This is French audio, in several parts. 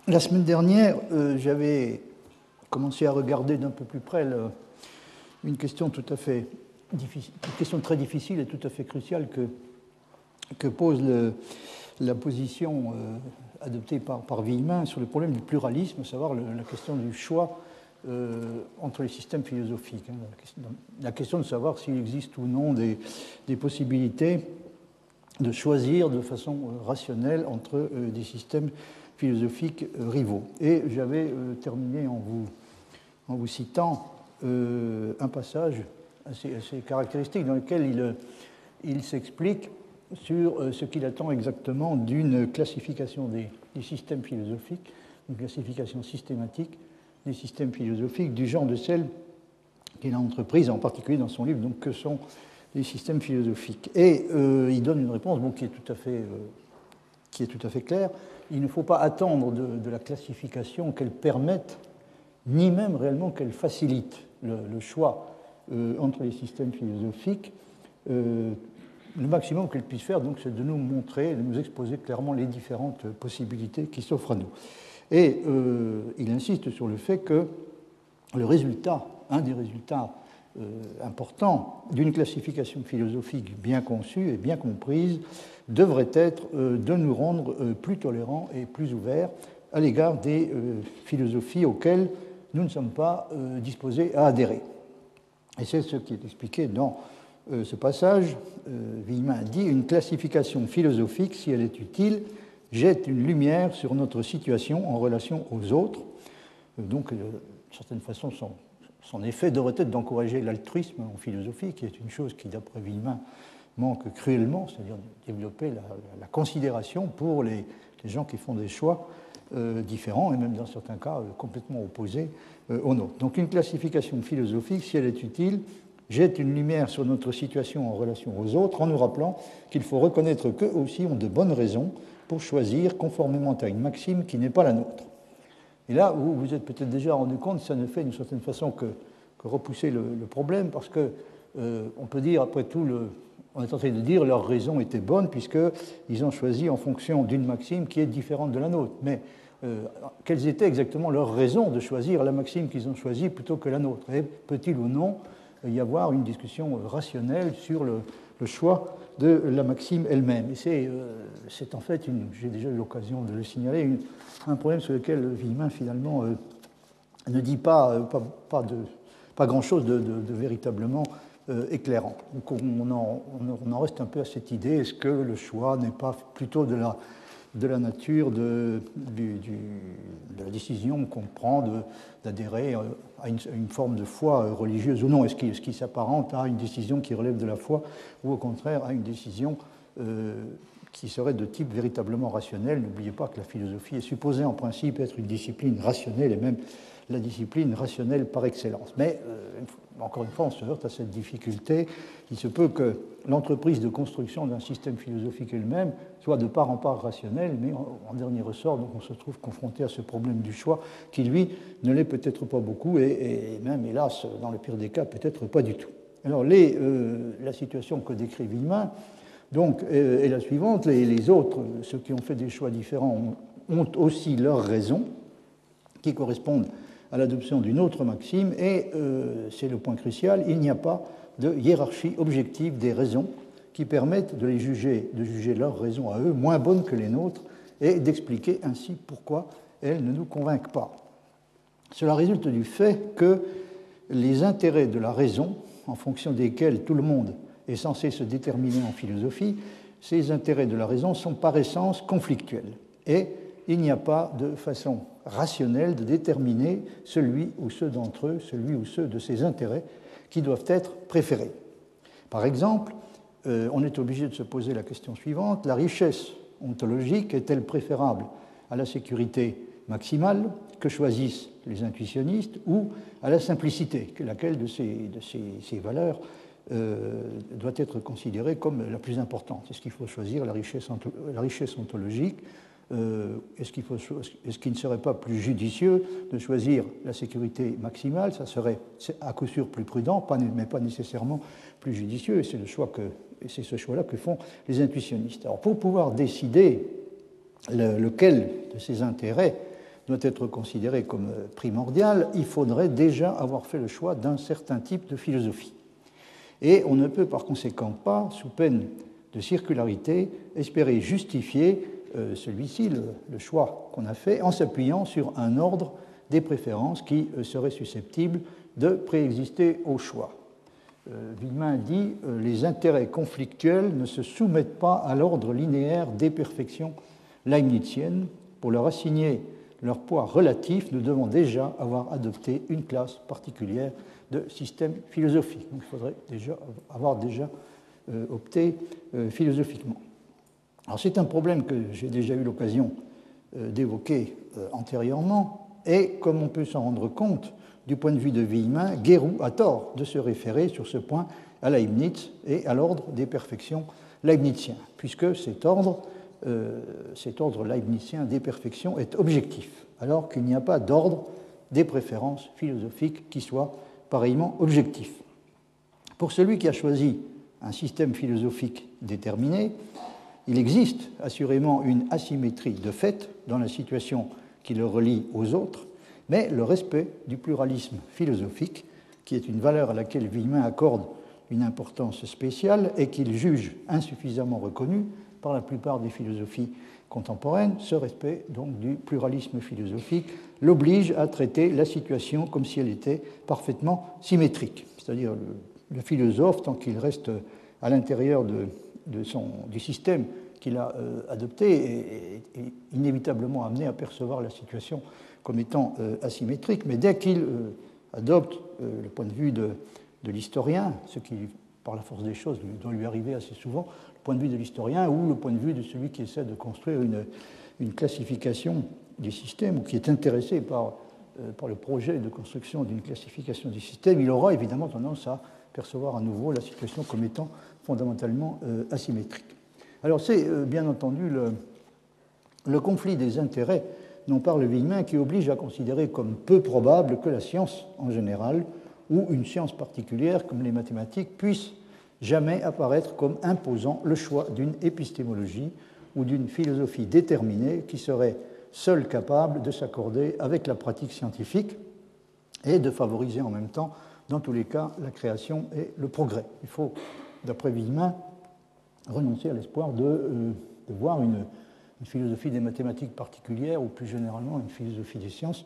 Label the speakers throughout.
Speaker 1: La semaine dernière, j'avais commencé à regarder d'un peu plus près une question tout à fait difficile, une question très difficile et tout à fait cruciale que pose la position adoptée par Villemin sur le problème du pluralisme, à savoir la question du choix entre les systèmes philosophiques. La question de savoir s'il existe ou non des possibilités de choisir de façon rationnelle entre des systèmes philosophiques rivaux. Et j'avais terminé en vous citant un passage assez caractéristique dans lequel il s'explique sur ce qu'il attend exactement d'une classification des systèmes philosophiques, une classification systématique des systèmes philosophiques du genre de celle qu'il a entreprise, en particulier dans son livre, donc que sont les systèmes philosophiques. Et il donne une réponse qui est tout à fait claire. Il ne faut pas attendre de la classification qu'elle permette, ni même réellement qu'elle facilite le choix entre les systèmes philosophiques. Le maximum qu'elle puisse faire, donc, c'est de nous montrer, de nous exposer clairement les différentes possibilités qui s'offrent à nous. Et il insiste sur le fait que le résultat, un des résultats importants d'une classification philosophique bien conçue et bien comprise, devrait être de nous rendre plus tolérants et plus ouverts à l'égard des philosophies auxquelles nous ne sommes pas disposés à adhérer. Et c'est ce qui est expliqué dans ce passage. Villemin dit « Une classification philosophique, si elle est utile, jette une lumière sur notre situation en relation aux autres. » Donc, d'une certaine façon, son effet devrait être d'encourager l'altruisme en philosophie, qui est une chose qui, d'après Villemin, manque cruellement, c'est-à-dire de développer la considération pour les gens qui font des choix différents, et même dans certains cas complètement opposés aux nôtres. Donc une classification philosophique, si elle est utile, jette une lumière sur notre situation en relation aux autres, en nous rappelant qu'il faut reconnaître qu'eux aussi ont de bonnes raisons pour choisir conformément à une maxime qui n'est pas la nôtre. Et là, vous vous êtes peut-être déjà rendu compte, ça ne fait d'une certaine façon que repousser le problème, parce que on peut dire, après tout, on est en train de dire leurs raisons étaient bonnes, puisqu'ils ont choisi en fonction d'une maxime qui est différente de la nôtre. Mais quelles étaient exactement leurs raisons de choisir la maxime qu'ils ont choisie plutôt que la nôtre? Et peut-il ou non y avoir une discussion rationnelle sur le choix de la maxime elle-même? Et c'est en fait, j'ai déjà eu l'occasion de le signaler, un problème sur lequel Villemin finalement ne dit pas grand-chose de véritablement éclairant. Donc on en reste un peu à cette idée, est-ce que le choix n'est pas plutôt de la nature de la décision qu'on prend d'adhérer à une forme de foi religieuse ou non? Est-ce qu'il s'apparente à une décision qui relève de la foi ou au contraire à une décision qui serait de type véritablement rationnel? N'oubliez pas que la philosophie est supposée en principe être une discipline rationnelle et même la discipline rationnelle par excellence. Mais encore une fois, on se heurte à cette difficulté. Il se peut que l'entreprise de construction d'un système philosophique elle-même soit de part en part rationnelle, mais en dernier ressort, donc on se trouve confronté à ce problème du choix qui, lui, ne l'est peut-être pas beaucoup et même, hélas, dans le pire des cas, peut-être pas du tout. Alors, la situation que décrit Villemin donc, est la suivante. Les autres, ceux qui ont fait des choix différents, ont aussi leurs raisons qui correspondent à l'adoption d'une autre maxime, et c'est le point crucial, il n'y a pas de hiérarchie objective des raisons qui permettent de juger leurs raisons à eux moins bonnes que les nôtres et d'expliquer ainsi pourquoi elles ne nous convainquent pas. Cela résulte du fait que les intérêts de la raison, en fonction desquels tout le monde est censé se déterminer en philosophie, ces intérêts de la raison sont par essence conflictuels. Et il n'y a pas de façon rationnelle de déterminer celui ou ceux d'entre eux, celui ou ceux de ces intérêts qui doivent être préférés. Par exemple, on est obligé de se poser la question suivante: la richesse ontologique est-elle préférable à la sécurité maximale que choisissent les intuitionnistes ou à la simplicité, laquelle de ces valeurs doit être considérée comme la plus importante? Est-ce qu'il faut choisir la richesse ontologique? Est-ce qu'il ne serait pas plus judicieux de choisir la sécurité maximale? Ça serait à coup sûr plus prudent, mais pas nécessairement plus judicieux, et c'est ce choix-là que font les intuitionnistes. Alors, pour pouvoir décider lequel de ces intérêts doit être considéré comme primordial, il faudrait déjà avoir fait le choix d'un certain type de philosophie. Et on ne peut par conséquent pas, sous peine de circularité, espérer justifier celui-ci, le choix qu'on a fait, en s'appuyant sur un ordre des préférences qui serait susceptible de préexister au choix. Villemin dit « Les intérêts conflictuels ne se soumettent pas à l'ordre linéaire des perfections leibniziennes. Pour leur assigner leur poids relatif, nous devons déjà avoir adopté une classe particulière de système philosophique. » Donc il faudrait avoir opté philosophiquement. Alors c'est un problème que j'ai déjà eu l'occasion d'évoquer antérieurement, et comme on peut s'en rendre compte, du point de vue de Villemin, Guéroult a tort de se référer sur ce point à Leibniz et à l'ordre des perfections leibnizien, puisque cet ordre leibnizien des perfections est objectif, alors qu'il n'y a pas d'ordre des préférences philosophiques qui soit pareillement objectif. Pour celui qui a choisi un système philosophique déterminé, il existe assurément une asymétrie de fait dans la situation qui le relie aux autres, mais le respect du pluralisme philosophique, qui est une valeur à laquelle Villemin accorde une importance spéciale et qu'il juge insuffisamment reconnue par la plupart des philosophies contemporaines, ce respect donc du pluralisme philosophique l'oblige à traiter la situation comme si elle était parfaitement symétrique. C'est-à-dire le philosophe, tant qu'il reste à l'intérieur du système qu'il a adopté, est inévitablement amené à percevoir la situation comme étant asymétrique, mais dès qu'il adopte le point de vue de l'historien, ce qui, par la force des choses, doit lui arriver assez souvent, le point de vue de l'historien ou le point de vue de celui qui essaie de construire une classification du système ou qui est intéressé par le projet de construction d'une classification du système, il aura évidemment tendance à percevoir à nouveau la situation comme étant fondamentalement asymétrique. Alors c'est bien entendu le conflit des intérêts dont parle Villemin qui oblige à considérer comme peu probable que la science en général ou une science particulière comme les mathématiques puisse jamais apparaître comme imposant le choix d'une épistémologie ou d'une philosophie déterminée qui serait seule capable de s'accorder avec la pratique scientifique et de favoriser en même temps, dans tous les cas, la création et le progrès. Il faut, d'après Villemin, renoncer à l'espoir de voir une philosophie des mathématiques particulière ou plus généralement une philosophie des sciences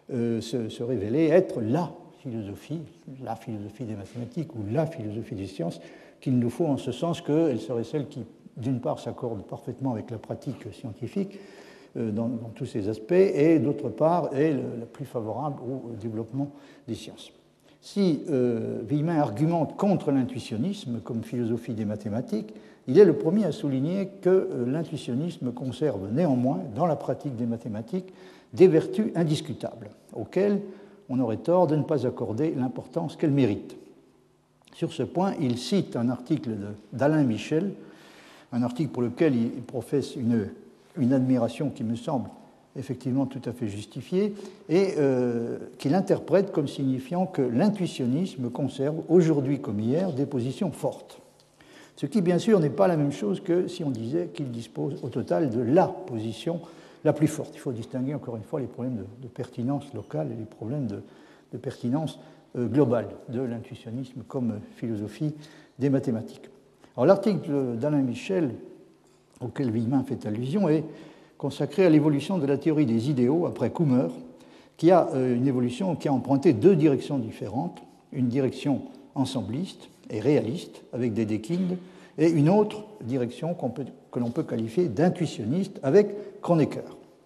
Speaker 1: se révéler être la philosophie des mathématiques ou la philosophie des sciences qu'il nous faut en ce sens qu'elle serait celle qui, d'une part, s'accorde parfaitement avec la pratique scientifique dans tous ses aspects et, d'autre part, est la plus favorable au développement des sciences. Si Villemin argumente contre l'intuitionnisme comme philosophie des mathématiques, il est le premier à souligner que l'intuitionnisme conserve néanmoins, dans la pratique des mathématiques, des vertus indiscutables, auxquelles on aurait tort de ne pas accorder l'importance qu'elles méritent. Sur ce point, il cite un article d'Alain Michel, un article pour lequel il professe une admiration qui me semble effectivement tout à fait justifiée, et qu'il interprète comme signifiant que l'intuitionnisme conserve, aujourd'hui comme hier, des positions fortes. Ce qui, bien sûr, n'est pas la même chose que si on disait qu'il dispose au total de la position la plus forte. Il faut distinguer, encore une fois, les problèmes de pertinence locale et les problèmes de pertinence globale de l'intuitionnisme comme philosophie des mathématiques. Alors, l'article d'Alain Michel, auquel Villemin fait allusion, est consacré à l'évolution de la théorie des idéaux après Kummer, qui a une évolution qui a emprunté deux directions différentes, une direction ensembliste et réaliste avec Dedekind, et une autre direction que l'on peut qualifier d'intuitionniste avec Kronecker.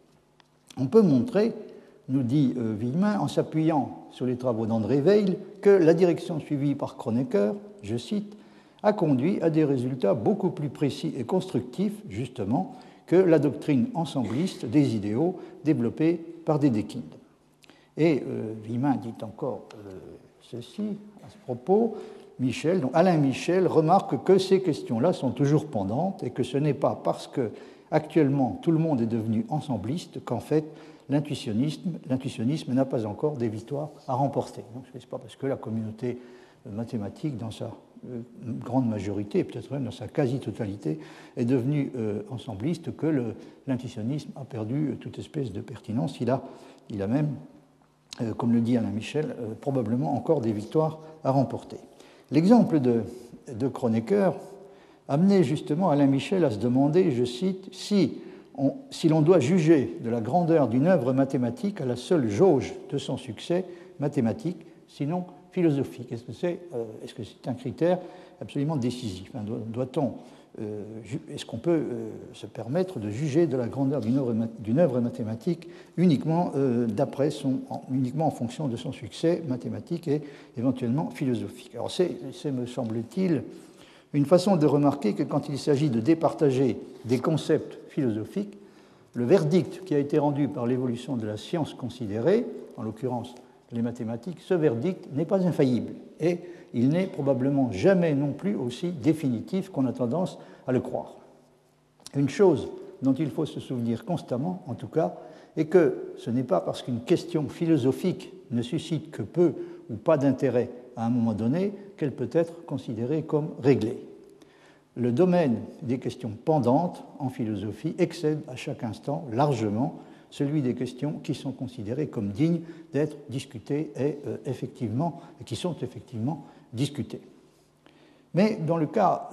Speaker 1: On peut montrer, nous dit Villemin, en s'appuyant sur les travaux d'André Weil, que la direction suivie par Kronecker, je cite, a conduit à des résultats beaucoup plus précis et constructifs, justement, que la doctrine ensembliste des idéaux développée par Dedekind. Et Villemin dit encore ceci à ce propos, Alain Michel remarque que ces questions-là sont toujours pendantes et que ce n'est pas parce que actuellement tout le monde est devenu ensembliste qu'en fait l'intuitionnisme n'a pas encore des victoires à remporter. Donc ce n'est pas parce que la communauté mathématique dans sa grande majorité, peut-être même dans sa quasi-totalité, est devenu ensembliste, que l'intuitionnisme a perdu toute espèce de pertinence. Il a même, comme le dit Alain Michel, probablement encore des victoires à remporter. L'exemple de Kronecker amenait justement Alain Michel à se demander, je cite, si l'on doit juger de la grandeur d'une œuvre mathématique à la seule jauge de son succès mathématique, sinon philosophique. Est-ce que c'est un critère absolument décisif? Est-ce qu'on peut se permettre de juger de la grandeur d'une œuvre mathématique uniquement en fonction de son succès mathématique et éventuellement philosophique? Alors c'est, me semble-t-il, une façon de remarquer que quand il s'agit de départager des concepts philosophiques, le verdict qui a été rendu par l'évolution de la science considérée, en l'occurrence les mathématiques, ce verdict n'est pas infaillible et il n'est probablement jamais non plus aussi définitif qu'on a tendance à le croire. Une chose dont il faut se souvenir constamment, en tout cas, est que ce n'est pas parce qu'une question philosophique ne suscite que peu ou pas d'intérêt à un moment donné qu'elle peut être considérée comme réglée. Le domaine des questions pendantes en philosophie excède à chaque instant largement celui des questions qui sont considérées comme dignes d'être discutées et qui sont effectivement discutées. Mais dans le cas,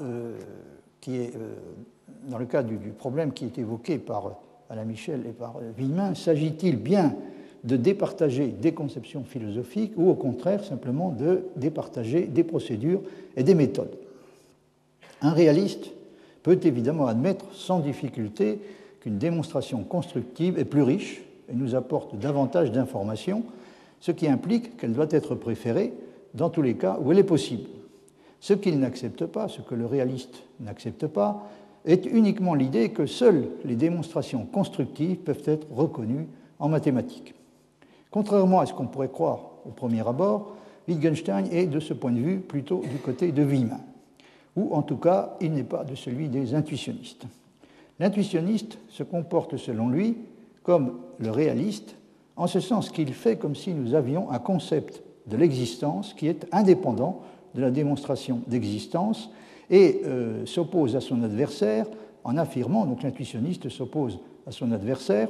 Speaker 1: du problème qui est évoqué par Alain Michel et par Villemin, s'agit-il bien de départager des conceptions philosophiques ou au contraire simplement de départager des procédures et des méthodes? Un réaliste peut évidemment admettre sans difficulté qu'une démonstration constructive est plus riche et nous apporte davantage d'informations, ce qui implique qu'elle doit être préférée dans tous les cas où elle est possible. Ce qu'il n'accepte pas, ce que le réaliste n'accepte pas, est uniquement l'idée que seules les démonstrations constructives peuvent être reconnues en mathématiques. Contrairement à ce qu'on pourrait croire au premier abord, Wittgenstein est de ce point de vue plutôt du côté de Villemin, ou en tout cas il n'est pas de celui des intuitionnistes. L'intuitionniste se comporte selon lui comme le réaliste, en ce sens qu'il fait comme si nous avions un concept de l'existence qui est indépendant de la démonstration d'existence et s'oppose à son adversaire en affirmant, donc l'intuitionniste s'oppose à son adversaire,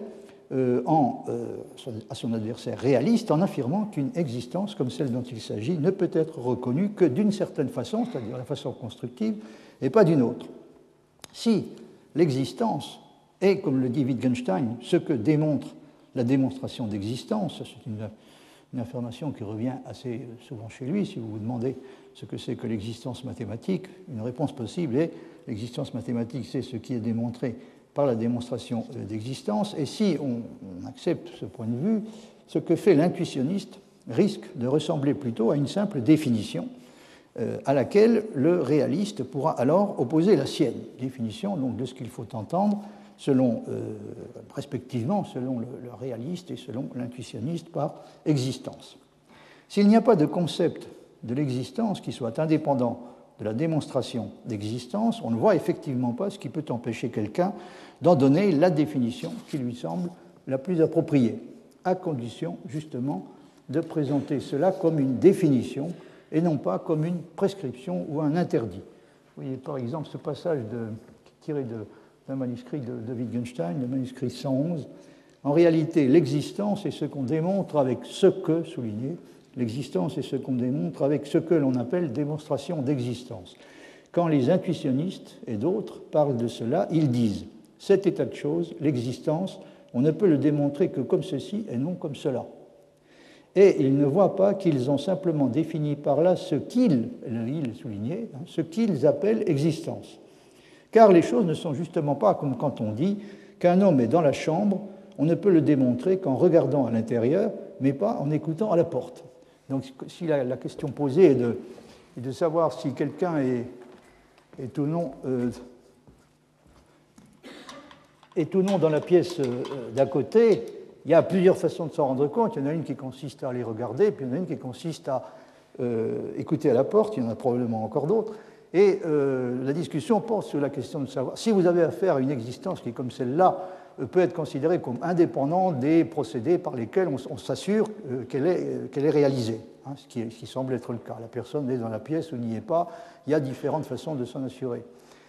Speaker 1: à son adversaire réaliste en affirmant qu'une existence comme celle dont il s'agit ne peut être reconnue que d'une certaine façon, c'est-à-dire la façon constructive, et pas d'une autre. Si l'existence est, comme le dit Wittgenstein, ce que démontre la démonstration d'existence, c'est une affirmation qui revient assez souvent chez lui, si vous vous demandez ce que c'est que l'existence mathématique, une réponse possible est l'existence mathématique, c'est ce qui est démontré par la démonstration d'existence, et si on accepte ce point de vue, ce que fait l'intuitionniste risque de ressembler plutôt à une simple définition à laquelle le réaliste pourra alors opposer la sienne, définition donc de ce qu'il faut entendre respectivement selon le réaliste et selon l'intuitionniste par existence. S'il n'y a pas de concept de l'existence qui soit indépendant de la démonstration d'existence, on ne voit effectivement pas ce qui peut empêcher quelqu'un d'en donner la définition qui lui semble la plus appropriée, à condition justement de présenter cela comme une définition et non pas comme une prescription ou un interdit. Vous voyez par exemple ce passage tiré d'un manuscrit de Wittgenstein, le manuscrit 111. En réalité, l'existence est ce qu'on démontre avec ce que, souligné, l'existence est ce qu'on démontre avec ce que l'on appelle démonstration d'existence. Quand les intuitionnistes et d'autres parlent de cela, ils disent « cet état de choses, l'existence, on ne peut le démontrer que comme ceci et non comme cela ». Et ils ne voient pas qu'ils ont simplement défini par là ce qu'ils, il souligné, ce qu'ils appellent existence. Car les choses ne sont justement pas comme quand on dit qu'un homme est dans la chambre, on ne peut le démontrer qu'en regardant à l'intérieur, mais pas en écoutant à la porte. Donc si la question posée est de savoir si quelqu'un est ou non dans la pièce d'à côté, il y a plusieurs façons de s'en rendre compte. Il y en a une qui consiste à aller regarder, puis il y en a une qui consiste à écouter à la porte, il y en a probablement encore d'autres. Et la discussion porte sur la question de savoir si vous avez affaire à une existence qui est comme celle-là, peut être considérée comme indépendante des procédés par lesquels on s'assure qu'elle est réalisée, hein, ce qui semble être le cas. La personne est dans la pièce ou n'y est pas, il y a différentes façons de s'en assurer.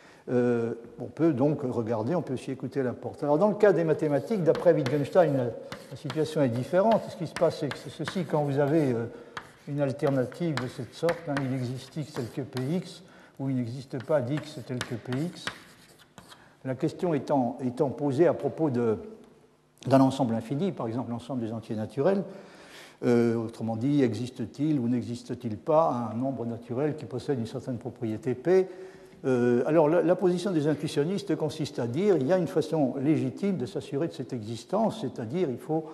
Speaker 1: On peut donc regarder, on peut aussi écouter la porte. Alors dans le cas des mathématiques, d'après Wittgenstein, la situation est différente. Ce qui se passe, c'est que c'est ceci, quand vous avez une alternative de cette sorte, hein, il existe x tel que px, ou il n'existe pas d'x tel que px. La question étant posée à propos d'un ensemble infini, par exemple l'ensemble des entiers naturels, autrement dit, existe-t-il ou n'existe-t-il pas un nombre naturel qui possède une certaine propriété P? Alors la position des intuitionnistes consiste à dire qu'il y a une façon légitime de s'assurer de cette existence, c'est-à-dire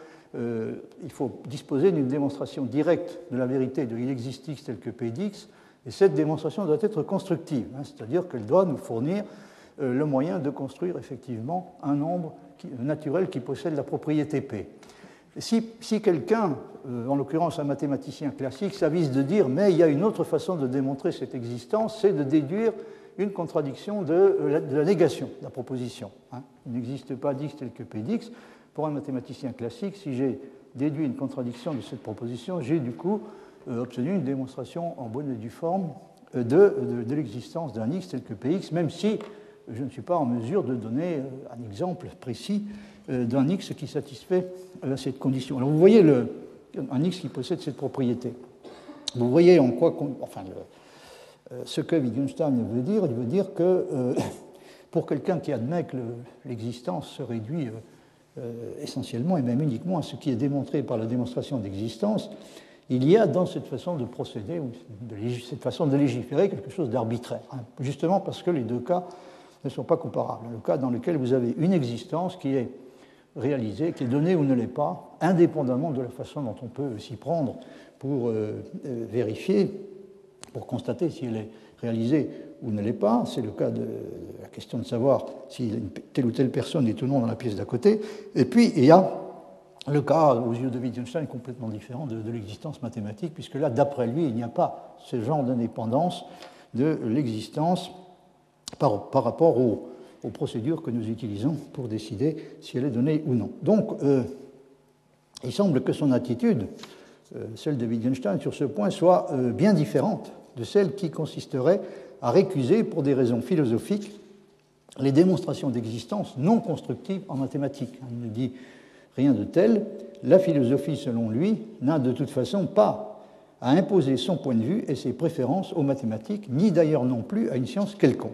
Speaker 1: il faut disposer d'une démonstration directe de la vérité de il existe x tel que P d'x, et cette démonstration doit être constructive, hein, c'est-à-dire qu'elle doit nous fournir le moyen de construire effectivement un nombre naturel qui possède la propriété P. Si quelqu'un, en l'occurrence un mathématicien classique, s'avise de dire mais il y a une autre façon de démontrer cette existence, c'est de déduire une contradiction de la négation de la proposition. Hein. Il n'existe pas d'x tel que P d'x. Pour un mathématicien classique, si j'ai déduit une contradiction de cette proposition, j'ai du coup obtenu une démonstration en bonne et due forme de l'existence d'un x tel que Px, même si je ne suis pas en mesure de donner un exemple précis d'un x qui satisfait cette condition. Alors vous voyez un x qui possède cette propriété. Vous voyez en quoi, ce que Wittgenstein veut dire, il veut dire que pour quelqu'un qui admet que l'existence se réduit essentiellement et même uniquement à ce qui est démontré par la démonstration d'existence, il y a dans cette façon de procéder, ou cette façon de légiférer, quelque chose d'arbitraire, hein, justement parce que les deux cas ne sont pas comparables. Le cas dans lequel vous avez une existence qui est réalisée, qui est donnée ou ne l'est pas, indépendamment de la façon dont on peut s'y prendre pour vérifier, pour constater si elle est réalisée ou ne l'est pas. C'est le cas de la question de savoir si telle ou telle personne est ou non dans la pièce d'à côté. Et puis, il y a le cas, aux yeux de Wittgenstein, complètement différent de l'existence mathématique, puisque là, d'après lui, il n'y a pas ce genre d'indépendance de l'existence par rapport aux procédures que nous utilisons pour décider si elle est donnée ou non. Donc, il semble que son attitude, celle de Wittgenstein sur ce point, soit bien différente de celle qui consisterait à récuser, pour des raisons philosophiques, les démonstrations d'existence non constructives en mathématiques. Il ne dit rien de tel. La philosophie, selon lui, n'a de toute façon pas à imposer son point de vue et ses préférences aux mathématiques, ni d'ailleurs non plus à une science quelconque.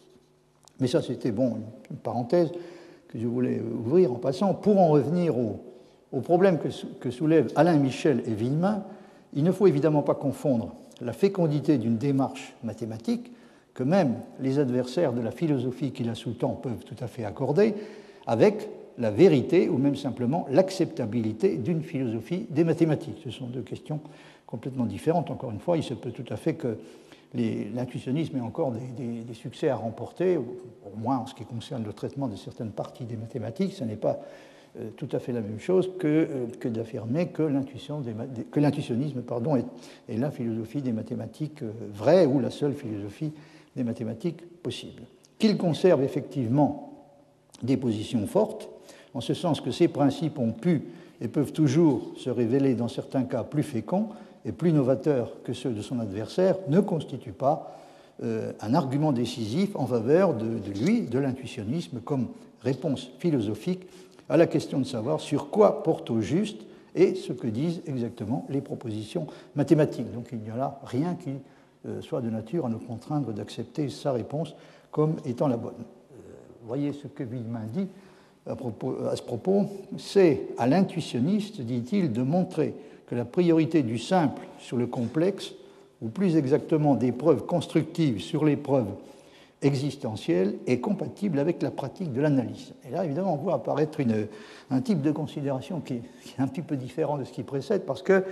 Speaker 1: Mais ça, c'était une parenthèse que je voulais ouvrir en passant. Pour en revenir au problème que soulèvent Alain Michel et Villemin, il ne faut évidemment pas confondre la fécondité d'une démarche mathématique, que même les adversaires de la philosophie qui la sous-tend peuvent tout à fait accorder, avec la vérité ou même simplement l'acceptabilité d'une philosophie des mathématiques. Ce sont deux questions complètement différentes. Encore une fois, il se peut tout à fait que l'intuitionnisme ait encore des succès à remporter, au moins en ce qui concerne le traitement de certaines parties des mathématiques. Ce n'est pas tout à fait la même chose que d'affirmer que l'intuitionnisme est la philosophie des mathématiques vraie ou la seule philosophie des mathématiques possible. Qu'il conserve effectivement des positions fortes, en ce sens que ces principes ont pu et peuvent toujours se révéler dans certains cas plus féconds et plus novateurs que ceux de son adversaire, ne constitue pas un argument décisif en faveur de l'intuitionnisme comme réponse philosophique à la question de savoir sur quoi porte au juste et ce que disent exactement les propositions mathématiques. Donc il n'y a là rien qui soit de nature à nous contraindre d'accepter sa réponse comme étant la bonne. Voyez ce que Villemin dit à ce propos. C'est à l'intuitionniste, dit-il, de montrer que la priorité du simple sur le complexe, ou plus exactement des preuves constructives sur les preuves existentielles, est compatible avec la pratique de l'analyse. Et là, évidemment, on voit apparaître un type de considération qui est un petit peu différent de ce qui précède, parce que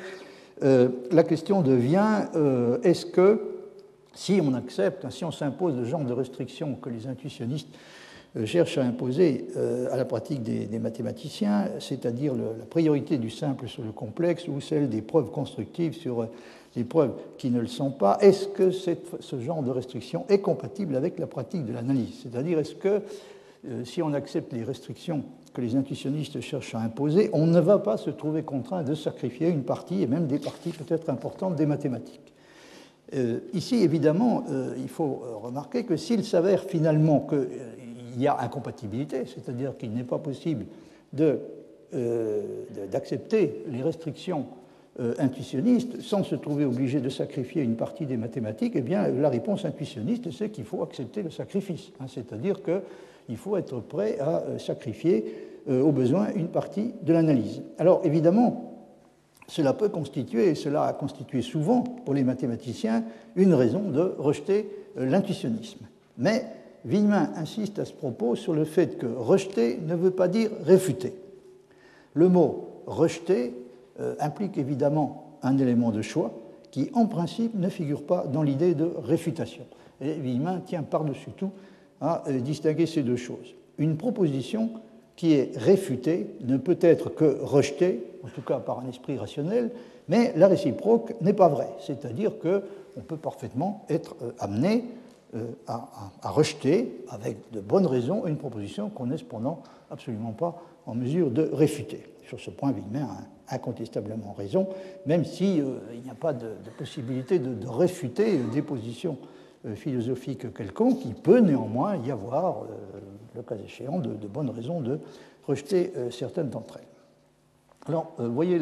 Speaker 1: la question devient est-ce que, si on accepte, si on s'impose le genre de restrictions que les intuitionnistes cherchent à imposer à la pratique des mathématiciens, c'est-à-dire la priorité du simple sur le complexe ou celle des preuves constructives sur les preuves qui ne le sont pas, est-ce que ce genre de restriction est compatible avec la pratique de l'analyse? C'est-à-dire, est-ce que si on accepte les restrictions que les intuitionnistes cherchent à imposer, on ne va pas se trouver contraint de sacrifier une partie, et même des parties peut-être importantes, des mathématiques. Ici, évidemment, il faut remarquer que s'il s'avère finalement qu'il y a incompatibilité, c'est-à-dire qu'il n'est pas possible d'accepter les restrictions intuitionnistes sans se trouver obligé de sacrifier une partie des mathématiques, eh bien, la réponse intuitionniste, c'est qu'il faut accepter le sacrifice, c'est-à-dire qu'il faut être prêt à sacrifier au besoin une partie de l'analyse. Alors, évidemment, cela peut constituer, et cela a constitué souvent pour les mathématiciens, une raison de rejeter l'intuitionnisme. Mais Villemin insiste à ce propos sur le fait que rejeter ne veut pas dire réfuter. Le mot rejeter implique évidemment un élément de choix qui, en principe, ne figure pas dans l'idée de réfutation. Et Villemin tient par-dessus tout à distinguer ces deux choses. Une proposition qui est réfutée ne peut être que rejetée, en tout cas par un esprit rationnel, mais la réciproque n'est pas vraie. C'est-à-dire qu'on peut parfaitement être amené à rejeter, avec de bonnes raisons, une proposition qu'on n'est cependant absolument pas en mesure de réfuter. Sur ce point, Villemin a incontestablement raison, même s'il n'y a pas de possibilité de réfuter des positions philosophiques quelconques, il peut néanmoins y avoir, le cas échéant, de bonnes raisons de rejeter certaines d'entre elles. Alors, vous voyez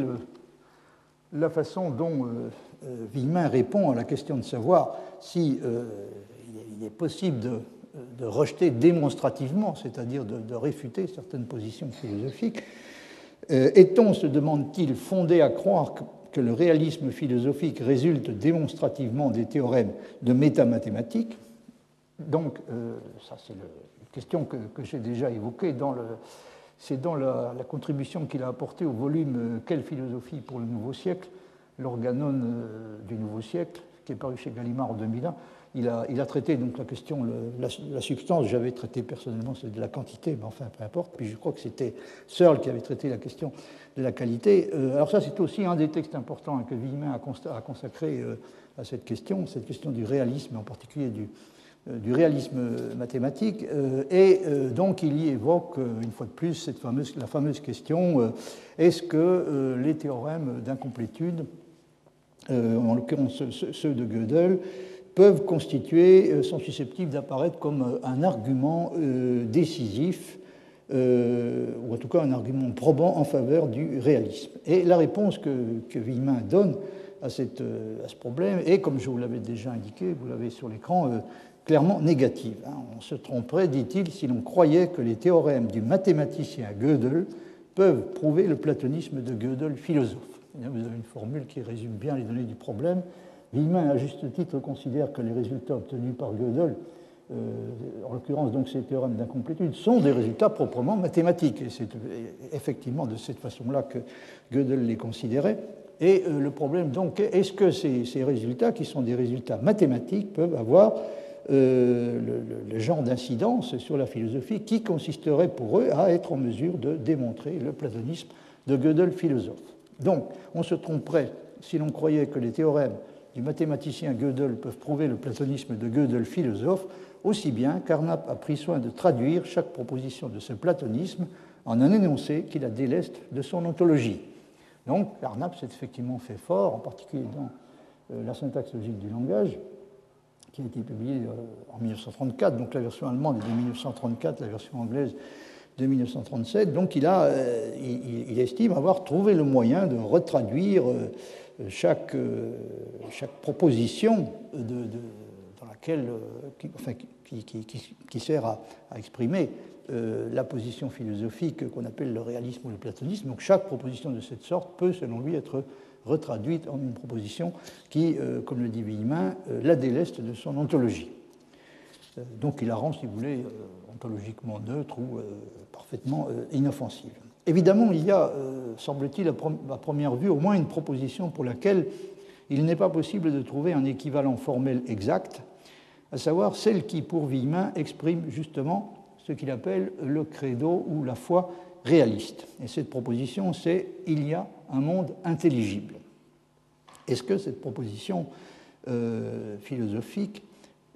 Speaker 1: la façon dont Villemin répond à la question de savoir si il est possible de rejeter démonstrativement, c'est-à-dire de réfuter certaines positions philosophiques. Est-on, se demande-t-il, fondé à croire que le réalisme philosophique résulte démonstrativement des théorèmes de métamathématiques? Donc, ça c'est une question que j'ai déjà évoquée c'est dans la contribution qu'il a apportée au volume Quelle philosophie pour le nouveau siècle, l'organon du nouveau siècle, qui est paru chez Gallimard en 2001. Il a traité donc la question, la substance. J'avais traité personnellement celle de la quantité, mais enfin, peu importe. Puis je crois que c'était Searle qui avait traité la question de la qualité. Alors ça, c'est aussi un des textes importants que Villemin a consacré à cette question du réalisme, en particulier du réalisme mathématique. Et donc, il y évoque, une fois de plus, la fameuse question, est-ce que les théorèmes d'incomplétude, en l'occurrence ceux de Gödel, sont susceptibles d'apparaître comme un argument décisif, ou en tout cas un argument probant en faveur du réalisme. Et la réponse que Villemin donne à ce problème est, comme je vous l'avais déjà indiqué, vous l'avez sur l'écran, clairement négative. On se tromperait, dit-il, si l'on croyait que les théorèmes du mathématicien Gödel peuvent prouver le platonisme de Gödel, philosophe. Vous avez une formule qui résume bien les données du problème. Villemin, à juste titre, considère que les résultats obtenus par Gödel, en l'occurrence donc ces théorèmes d'incomplétude, sont des résultats proprement mathématiques. Et c'est effectivement de cette façon-là que Gödel les considérait. Et le problème donc, est-ce que ces résultats, qui sont des résultats mathématiques, peuvent avoir le genre d'incidence sur la philosophie qui consisterait pour eux à être en mesure de démontrer le platonisme de Gödel, philosophe. Donc, on se tromperait si l'on croyait que les théorèmes du mathématicien Gödel peuvent prouver le platonisme de Gödel, philosophe, aussi bien Carnap a pris soin de traduire chaque proposition de ce platonisme en un énoncé qui la déleste de son ontologie. Donc, Carnap s'est effectivement fait fort, en particulier dans la syntaxe logique du langage, qui a été publiée en 1934, donc la version allemande est de 1934, la version anglaise de 1937. Donc, il estime avoir trouvé le moyen de retraduire chaque proposition dans laquelle, qui sert à exprimer la position philosophique qu'on appelle le réalisme ou le platonisme. Donc chaque proposition de cette sorte peut, selon lui, être retraduite en une proposition qui, comme le dit Villemin, la déleste de son ontologie. Donc il la rend, si vous voulez, ontologiquement neutre ou parfaitement inoffensive. Évidemment, il y a, semble-t-il, à première vue, au moins une proposition pour laquelle il n'est pas possible de trouver un équivalent formel exact, à savoir celle qui, pour Villemin, exprime justement ce qu'il appelle le credo ou la foi réaliste. Et cette proposition, c'est « il y a un monde intelligible ». Est-ce que cette proposition philosophique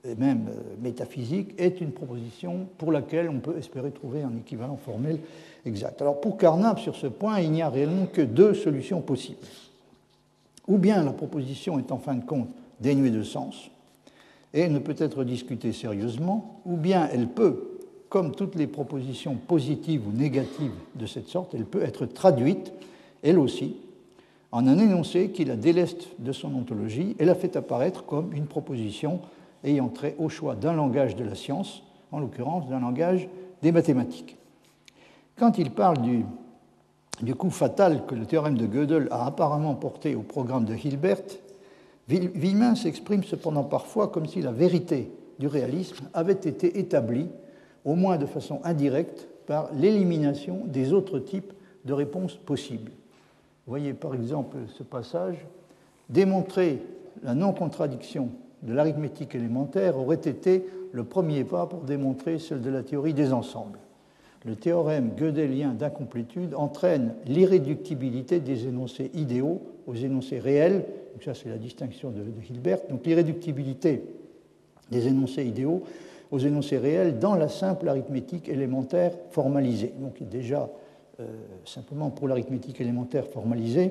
Speaker 1: et même métaphysique, est une proposition pour laquelle on peut espérer trouver un équivalent formel exact. Alors pour Carnap, sur ce point, il n'y a réellement que deux solutions possibles. Ou bien la proposition est en fin de compte dénuée de sens et ne peut être discutée sérieusement, ou bien elle peut, comme toutes les propositions positives ou négatives de cette sorte, elle peut être traduite, elle aussi, en un énoncé qui la déleste de son ontologie et la fait apparaître comme une proposition ayant trait au choix d'un langage de la science, en l'occurrence d'un langage des mathématiques. Quand il parle du coup fatal que le théorème de Gödel a apparemment porté au programme de Hilbert, Villemin s'exprime cependant parfois comme si la vérité du réalisme avait été établie, au moins de façon indirecte, par l'élimination des autres types de réponses possibles. Vous voyez par exemple ce passage. Démontrer la non-contradiction de l'arithmétique élémentaire aurait été le premier pas pour démontrer celle de la théorie des ensembles. Le théorème gödelien d'incomplétude entraîne l'irréductibilité des énoncés idéaux aux énoncés réels. Donc ça, c'est la distinction de Hilbert. Donc l'irréductibilité des énoncés idéaux aux énoncés réels dans la simple arithmétique élémentaire formalisée. Donc déjà, simplement pour l'arithmétique élémentaire formalisée,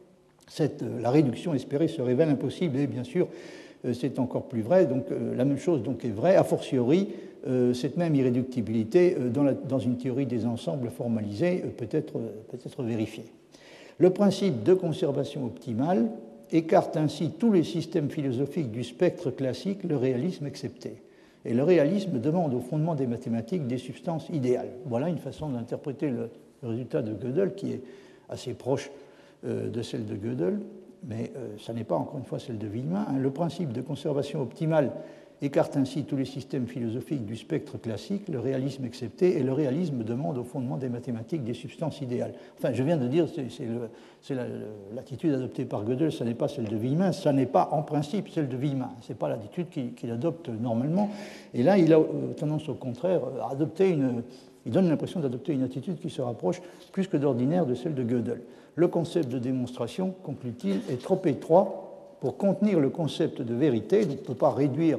Speaker 1: la réduction espérée se révèle impossible et bien sûr, c'est encore plus vrai. Donc la même chose donc, est vraie, a fortiori, cette même irréductibilité dans une théorie des ensembles formalisés peut être vérifiée. Le principe de conservation optimale écarte ainsi tous les systèmes philosophiques du spectre classique, le réalisme excepté. Et le réalisme demande au fondement des mathématiques des substances idéales. Voilà une façon d'interpréter le résultat de Gödel qui est assez proche de celle de Gödel, mais ça n'est pas encore une fois celle de Villemin. Le principe de conservation optimale écarte ainsi tous les systèmes philosophiques du spectre classique, le réalisme excepté, et le réalisme demande au fondement des mathématiques des substances idéales. Enfin, je viens de dire, c'est l'attitude adoptée par Gödel, ce n'est pas celle de Villemin, ce n'est pas en principe celle de Villemin, ce n'est pas l'attitude qu'il adopte normalement. Et là, il a tendance au contraire à adopter il donne l'impression d'adopter une attitude qui se rapproche plus que d'ordinaire de celle de Gödel. Le concept de démonstration, conclut-il, est trop étroit pour contenir le concept de vérité, donc on ne peut pas réduire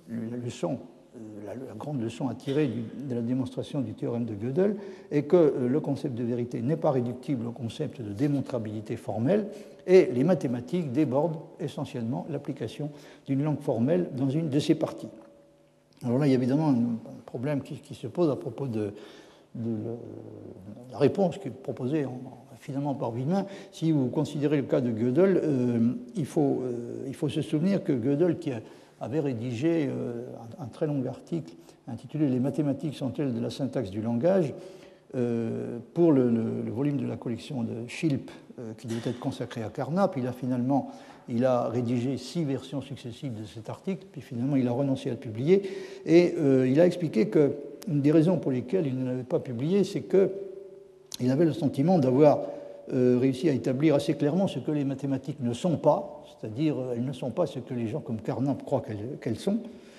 Speaker 1: la grande leçon à tirer de la démonstration du théorème de Gödel, et que le concept de vérité n'est pas réductible au concept de démontrabilité formelle, et les mathématiques débordent essentiellement l'application d'une langue formelle dans une de ses parties. Alors là, il y a évidemment un problème qui se pose à propos de la réponse qui est proposée finalement par Villemin. Si vous considérez le cas de Gödel, il faut se souvenir que Gödel, qui avait rédigé un très long article intitulé « Les mathématiques sont-elles de la syntaxe du langage ?» pour le volume de la collection de Schilp qui devait être consacré à Carnap. Il a rédigé 6 versions successives de cet article, puis finalement il a renoncé à le publier. Et il a expliqué qu'une des raisons pour lesquelles il ne l'avait pas publié, c'est qu'il avait le sentiment d'avoir réussi à établir assez clairement ce que les mathématiques ne sont pas, c'est-à-dire elles ne sont pas ce que les gens comme Carnap croient qu'elles sont,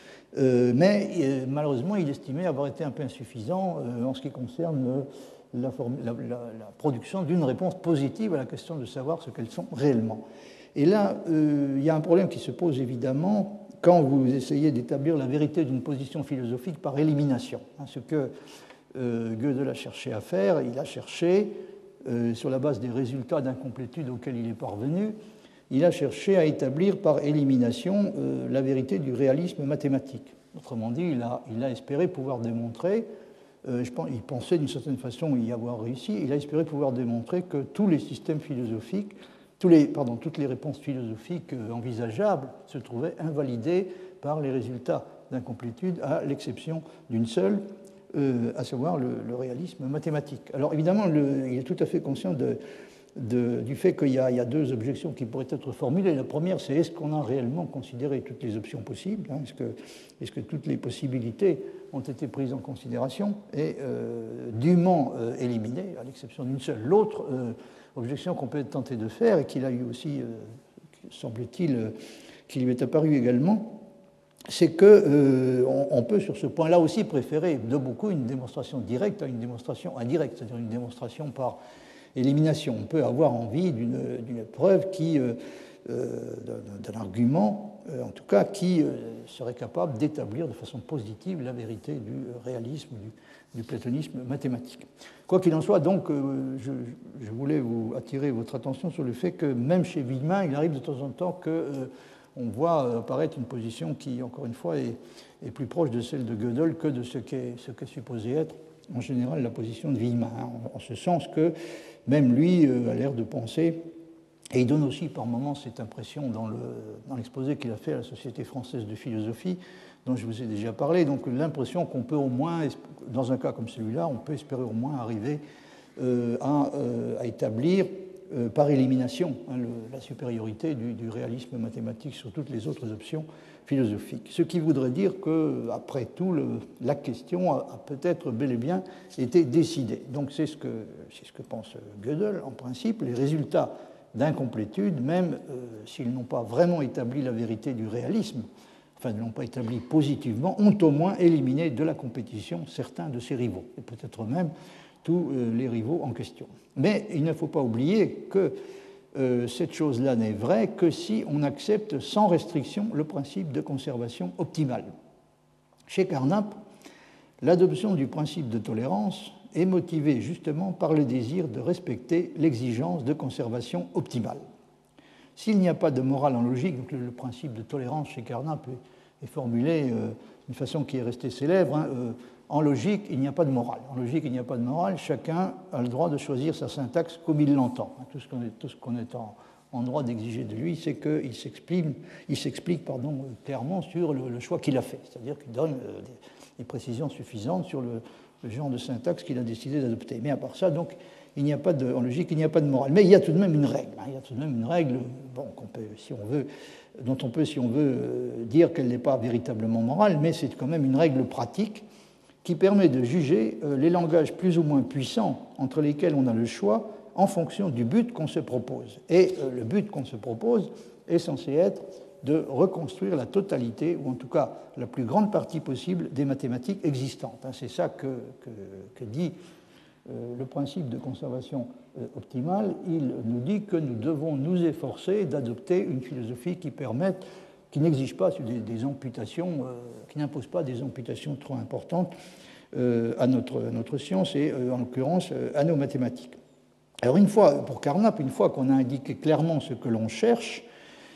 Speaker 1: mais malheureusement il estimait avoir été un peu insuffisant en ce qui concerne la production d'une réponse positive à la question de savoir ce qu'elles sont réellement. Et là, il y a un problème qui se pose évidemment quand vous essayez d'établir la vérité d'une position philosophique par élimination. Ce que Gödel a cherché à faire, il a cherché, sur la base des résultats d'incomplétude auxquels il est parvenu, il a cherché à établir par élimination la vérité du réalisme mathématique. Autrement dit, il a espéré pouvoir démontrer, il pensait d'une certaine façon y avoir réussi, il a espéré pouvoir démontrer que tous les systèmes philosophiques, toutes les réponses philosophiques envisageables se trouvaient invalidées par les résultats d'incomplétude, à l'exception d'une seule, à savoir le réalisme mathématique. Alors évidemment, il est tout à fait conscient du fait qu'il y a 2 objections qui pourraient être formulées. La première, c'est est-ce qu'on a réellement considéré toutes les options possibles, est-ce que toutes les possibilités ont été prises en considération et dûment éliminées, à l'exception d'une seule. L'autre objection qu'on peut être tenté de faire, et qu'il a eu aussi, semble-t-il, qui lui est apparu également, c'est qu'on peut sur ce point-là aussi préférer de beaucoup une démonstration directe à une démonstration indirecte, c'est-à-dire une démonstration par élimination. On peut avoir envie d'une preuve d'un argument en tout cas, qui serait capable d'établir de façon positive la vérité du réalisme, du platonisme mathématique. Quoi qu'il en soit, donc, je voulais vous attirer votre attention sur le fait que même chez Villemin, il arrive de temps en temps qu'on voit apparaître une position qui, encore une fois, est plus proche de celle de Gödel que de ce qu'est supposé être, en général, la position de Villemin, hein, en ce sens que même lui a l'air de penser, et il donne aussi par moments cette impression dans l'exposé qu'il a fait à la Société française de philosophie, dont je vous ai déjà parlé, donc l'impression qu'on peut au moins, dans un cas comme celui-là, on peut espérer au moins arriver à établir par élimination la supériorité du réalisme mathématique sur toutes les autres options philosophiques. Ce qui voudrait dire qu'après tout, la question a peut-être bel et bien été décidée. Donc c'est ce que pense Gödel, en principe. Les résultats d'incomplétude, même s'ils n'ont pas vraiment établi la vérité du réalisme, enfin ne l'ont pas établi positivement, ont au moins éliminé de la compétition certains de ses rivaux, et peut-être même tous les rivaux en question. Mais il ne faut pas oublier que cette chose-là n'est vraie que si on accepte sans restriction le principe de conservation optimale. Chez Carnap, l'adoption du principe de tolérance est motivée justement par le désir de respecter l'exigence de conservation optimale. S'il n'y a pas de morale en logique, donc le principe de tolérance chez Carnap est formulé d'une façon qui est restée célèbre, hein, en logique, il n'y a pas de morale. En logique, il n'y a pas de morale. Chacun a le droit de choisir sa syntaxe comme il l'entend. Tout ce qu'on est en droit d'exiger de lui, c'est qu'il s'explique clairement sur le choix qu'il a fait. C'est-à-dire qu'il donne des précisions suffisantes sur le genre de syntaxe qu'il a décidé d'adopter. Mais à part ça, donc, en logique, il n'y a pas de morale. Mais il y a tout de même une règle. Hein. Il y a tout de même une règle dont on peut, si on veut, dire qu'elle n'est pas véritablement morale, mais c'est quand même une règle pratique qui permet de juger les langages plus ou moins puissants entre lesquels on a le choix en fonction du but qu'on se propose. Et le but qu'on se propose est censé être de reconstruire la totalité, ou en tout cas la plus grande partie possible des mathématiques existantes. C'est ça que dit le principe de conservation optimale. Il nous dit que nous devons nous efforcer d'adopter une philosophie qui n'exige pas des amputations, qui n'impose pas des amputations trop importantes à notre science et en l'occurrence à nos mathématiques. Alors pour Carnap, une fois qu'on a indiqué clairement ce que l'on cherche,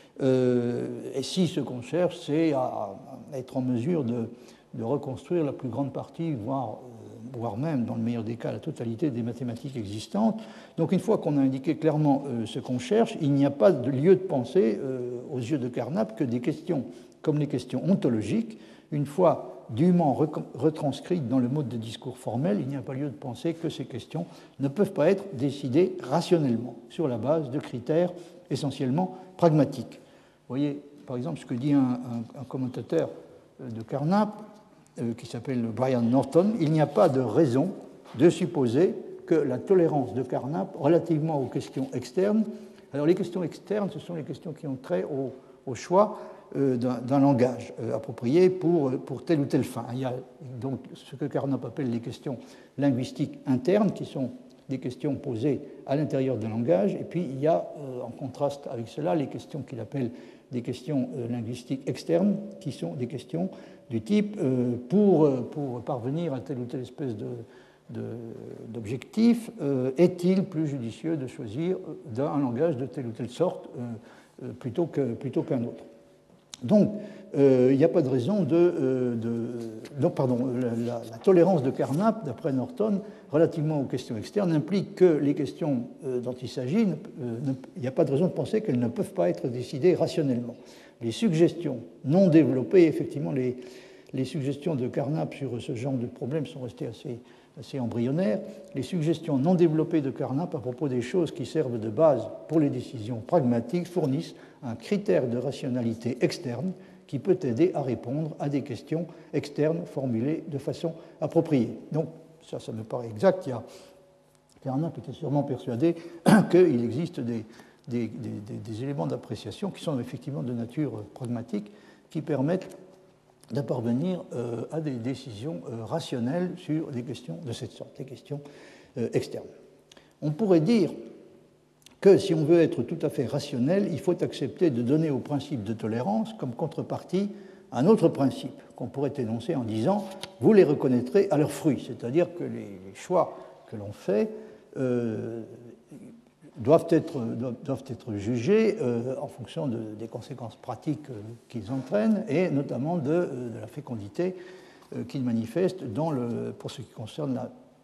Speaker 1: et si ce qu'on cherche, c'est à être en mesure de reconstruire la plus grande partie, voire même, dans le meilleur des cas, la totalité des mathématiques existantes. Donc une fois qu'on a indiqué clairement ce qu'on cherche, il n'y a pas de lieu de penser, aux yeux de Carnap, que des questions comme les questions ontologiques, une fois dûment retranscrites dans le mode de discours formel, il n'y a pas lieu de penser que ces questions ne peuvent pas être décidées rationnellement, sur la base de critères essentiellement pragmatiques. Vous voyez, par exemple, ce que dit un commentateur de Carnap, qui s'appelle Brian Norton, il n'y a pas de raison de supposer que la tolérance de Carnap relativement aux questions externes, alors les questions externes, ce sont les questions qui ont trait au choix d'un langage approprié pour telle ou telle fin. Il y a donc ce que Carnap appelle les questions linguistiques internes, qui sont des questions posées à l'intérieur d'un langage, et puis il y a, en contraste avec cela, les questions qu'il appelle des questions linguistiques externes, qui sont des questions du type pour parvenir à telle ou telle espèce d'objectif, est-il plus judicieux de choisir un langage de telle ou telle sorte plutôt qu'un autre. Donc, il n'y a pas de raison la tolérance de Carnap, d'après Norton, relativement aux questions externes, implique que les questions dont il s'agit, il n'y a pas de raison de penser qu'elles ne peuvent pas être décidées rationnellement. Les suggestions non développées, effectivement, les suggestions de Carnap sur ce genre de problème sont restées assez embryonnaires. Les suggestions non développées de Carnap à propos des choses qui servent de base pour les décisions pragmatiques fournissent un critère de rationalité externe qui peut aider à répondre à des questions externes formulées de façon appropriée. Donc, ça me paraît exact. Carnap était sûrement persuadé qu'il existe des éléments d'appréciation qui sont effectivement de nature pragmatique, qui permettent de parvenir à des décisions rationnelles sur des questions de cette sorte, des questions externes. On pourrait dire que si on veut être tout à fait rationnel, il faut accepter de donner au principe de tolérance comme contrepartie un autre principe qu'on pourrait énoncer en disant « vous les reconnaîtrez à leurs fruits », c'est-à-dire que les choix que l'on fait doivent être jugés en fonction des conséquences pratiques qu'ils entraînent et notamment de la fécondité qu'ils manifestent pour ce qui concerne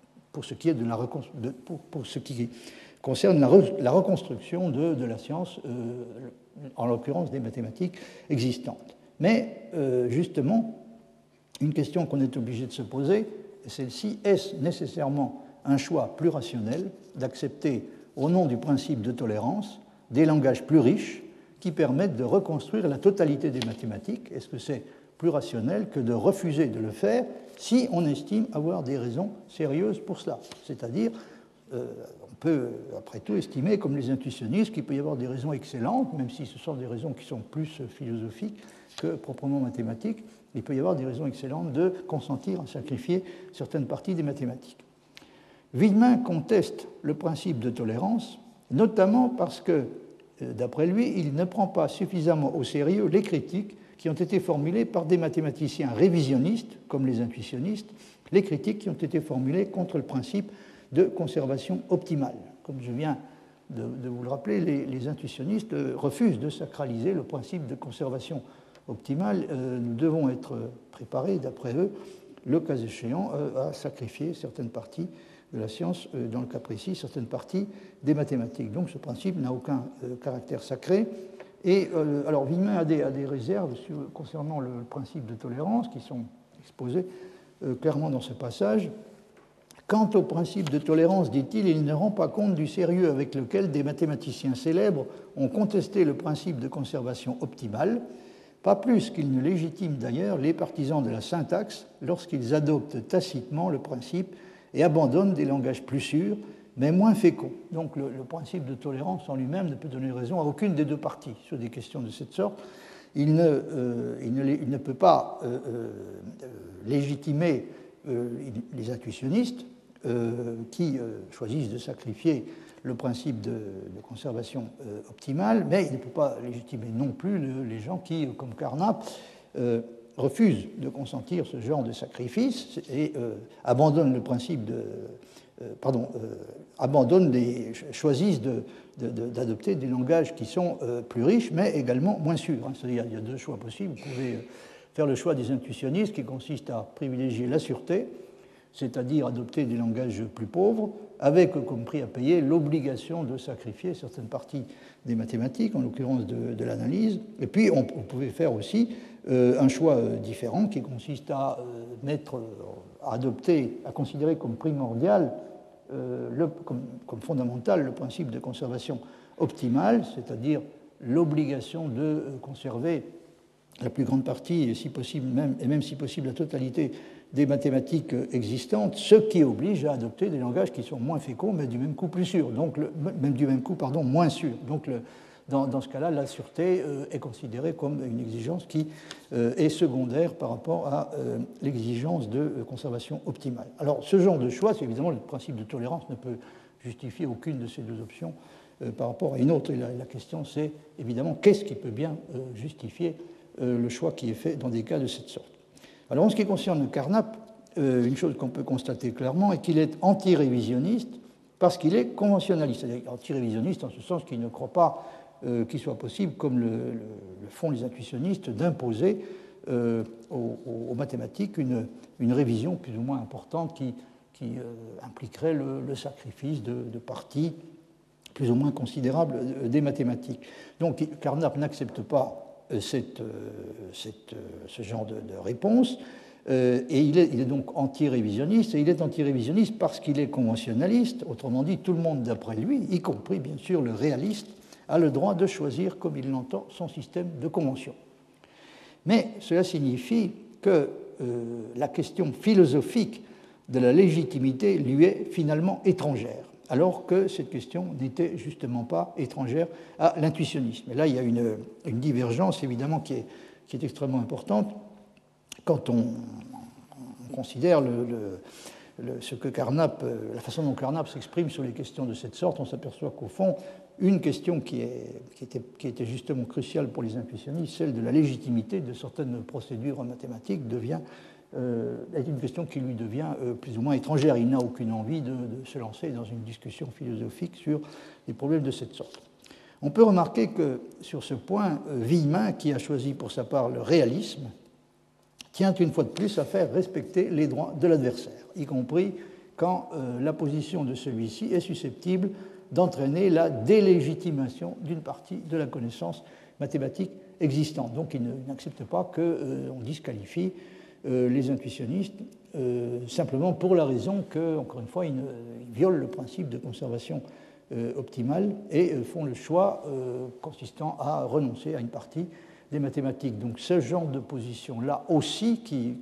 Speaker 1: la reconstruction de la science, en l'occurrence des mathématiques existantes. Mais justement, une question qu'on est obligé de se poser est celle-ci: est-ce nécessairement un choix plus rationnel d'accepter, au nom du principe de tolérance, des langages plus riches qui permettent de reconstruire la totalité des mathématiques? Est-ce que c'est plus rationnel que de refuser de le faire si on estime avoir des raisons sérieuses pour cela? C'est-à-dire, on peut, après tout, estimer, comme les intuitionnistes, qu'il peut y avoir des raisons excellentes, même si ce sont des raisons qui sont plus philosophiques que proprement mathématiques. Il peut y avoir des raisons excellentes de consentir à sacrifier certaines parties des mathématiques. Wiedemann conteste le principe de tolérance, notamment parce que, d'après lui, il ne prend pas suffisamment au sérieux les critiques qui ont été formulées par des mathématiciens révisionnistes, comme les intuitionnistes, les critiques qui ont été formulées contre le principe de conservation optimale. Comme je viens de vous le rappeler, les intuitionnistes refusent de sacraliser le principe de conservation optimale. Nous devons être préparés, d'après eux, le cas échéant, à sacrifier certaines parties de la science, dans le cas précis, certaines parties des mathématiques. Donc ce principe n'a aucun caractère sacré. Et alors Wiedemann a des réserves concernant le principe de tolérance qui sont exposées clairement dans ce passage. Quant au principe de tolérance, dit-il, il ne rend pas compte du sérieux avec lequel des mathématiciens célèbres ont contesté le principe de conservation optimale, pas plus qu'il ne légitime d'ailleurs les partisans de la syntaxe lorsqu'ils adoptent tacitement le principe et abandonnent des langages plus sûrs, mais moins féconds. Donc le principe de tolérance en lui-même ne peut donner raison à aucune des deux parties sur des questions de cette sorte. Il ne peut pas légitimer les intuitionnistes qui choisissent de sacrifier le principe de conservation optimale, mais il ne peut pas légitimer non plus les gens qui, comme Carnap, refusent de consentir ce genre de sacrifice et abandonnent le principe choisissent d'adopter des langages qui sont plus riches, mais également moins sûrs. C'est-à-dire qu'il y a deux choix possibles. Vous pouvez faire le choix des intuitionnistes qui consiste à privilégier la sûreté, c'est-à-dire adopter des langages plus pauvres, avec comme prix à payer l'obligation de sacrifier certaines parties des mathématiques, en l'occurrence de l'analyse. Et puis on pouvait faire aussi un choix différent qui consiste à considérer comme primordial, comme fondamental, le principe de conservation optimale, c'est-à-dire l'obligation de conserver la plus grande partie, et si possible même si possible la totalité des mathématiques existantes, ce qui oblige à adopter des langages qui sont moins féconds, mais du même coup plus sûrs, moins sûrs. Donc dans ce cas-là, la sûreté est considérée comme une exigence qui est secondaire par rapport à l'exigence de conservation optimale. Alors ce genre de choix, c'est évidemment le principe de tolérance ne peut justifier aucune de ces deux options par rapport à une autre. Et la question, c'est évidemment qu'est-ce qui peut bien justifier le choix qui est fait dans des cas de cette sorte. Alors en ce qui concerne Carnap, une chose qu'on peut constater clairement est qu'il est anti-révisionniste parce qu'il est conventionnaliste, c'est-à-dire anti-révisionniste en ce sens qu'il ne croit pas qu'il soit possible, comme le font les intuitionnistes, d'imposer aux mathématiques une révision plus ou moins importante qui impliquerait le sacrifice de parties plus ou moins considérables des mathématiques. Donc Carnap n'accepte pas ce genre de réponse, et il est donc anti-révisionniste, et il est anti-révisionniste parce qu'il est conventionnaliste, autrement dit, tout le monde d'après lui, y compris bien sûr le réaliste, a le droit de choisir comme il l'entend son système de convention. Mais cela signifie que la question philosophique de la légitimité lui est finalement étrangère, alors que cette question n'était justement pas étrangère à l'intuitionnisme. Et là, il y a une divergence, évidemment, qui est extrêmement importante quand on considère ce que Carnap, la façon dont Carnap s'exprime sur les questions de cette sorte. On s'aperçoit qu'au fond, une question qui était justement cruciale pour les intuitionnistes, celle de la légitimité de certaines procédures mathématiques, est une question qui lui devient plus ou moins étrangère. Il n'a aucune envie de se lancer dans une discussion philosophique sur des problèmes de cette sorte. On peut remarquer que sur ce point, Villemin, qui a choisi pour sa part le réalisme, tient une fois de plus à faire respecter les droits de l'adversaire, y compris quand la position de celui-ci est susceptible d'entraîner la délégitimation d'une partie de la connaissance mathématique existante. Donc il n'accepte pas qu'on disqualifie les intuitionnistes simplement pour la raison que, encore une fois, ils violent le principe de conservation optimale et font le choix consistant à renoncer à une partie des mathématiques. Donc ce genre de position-là aussi qui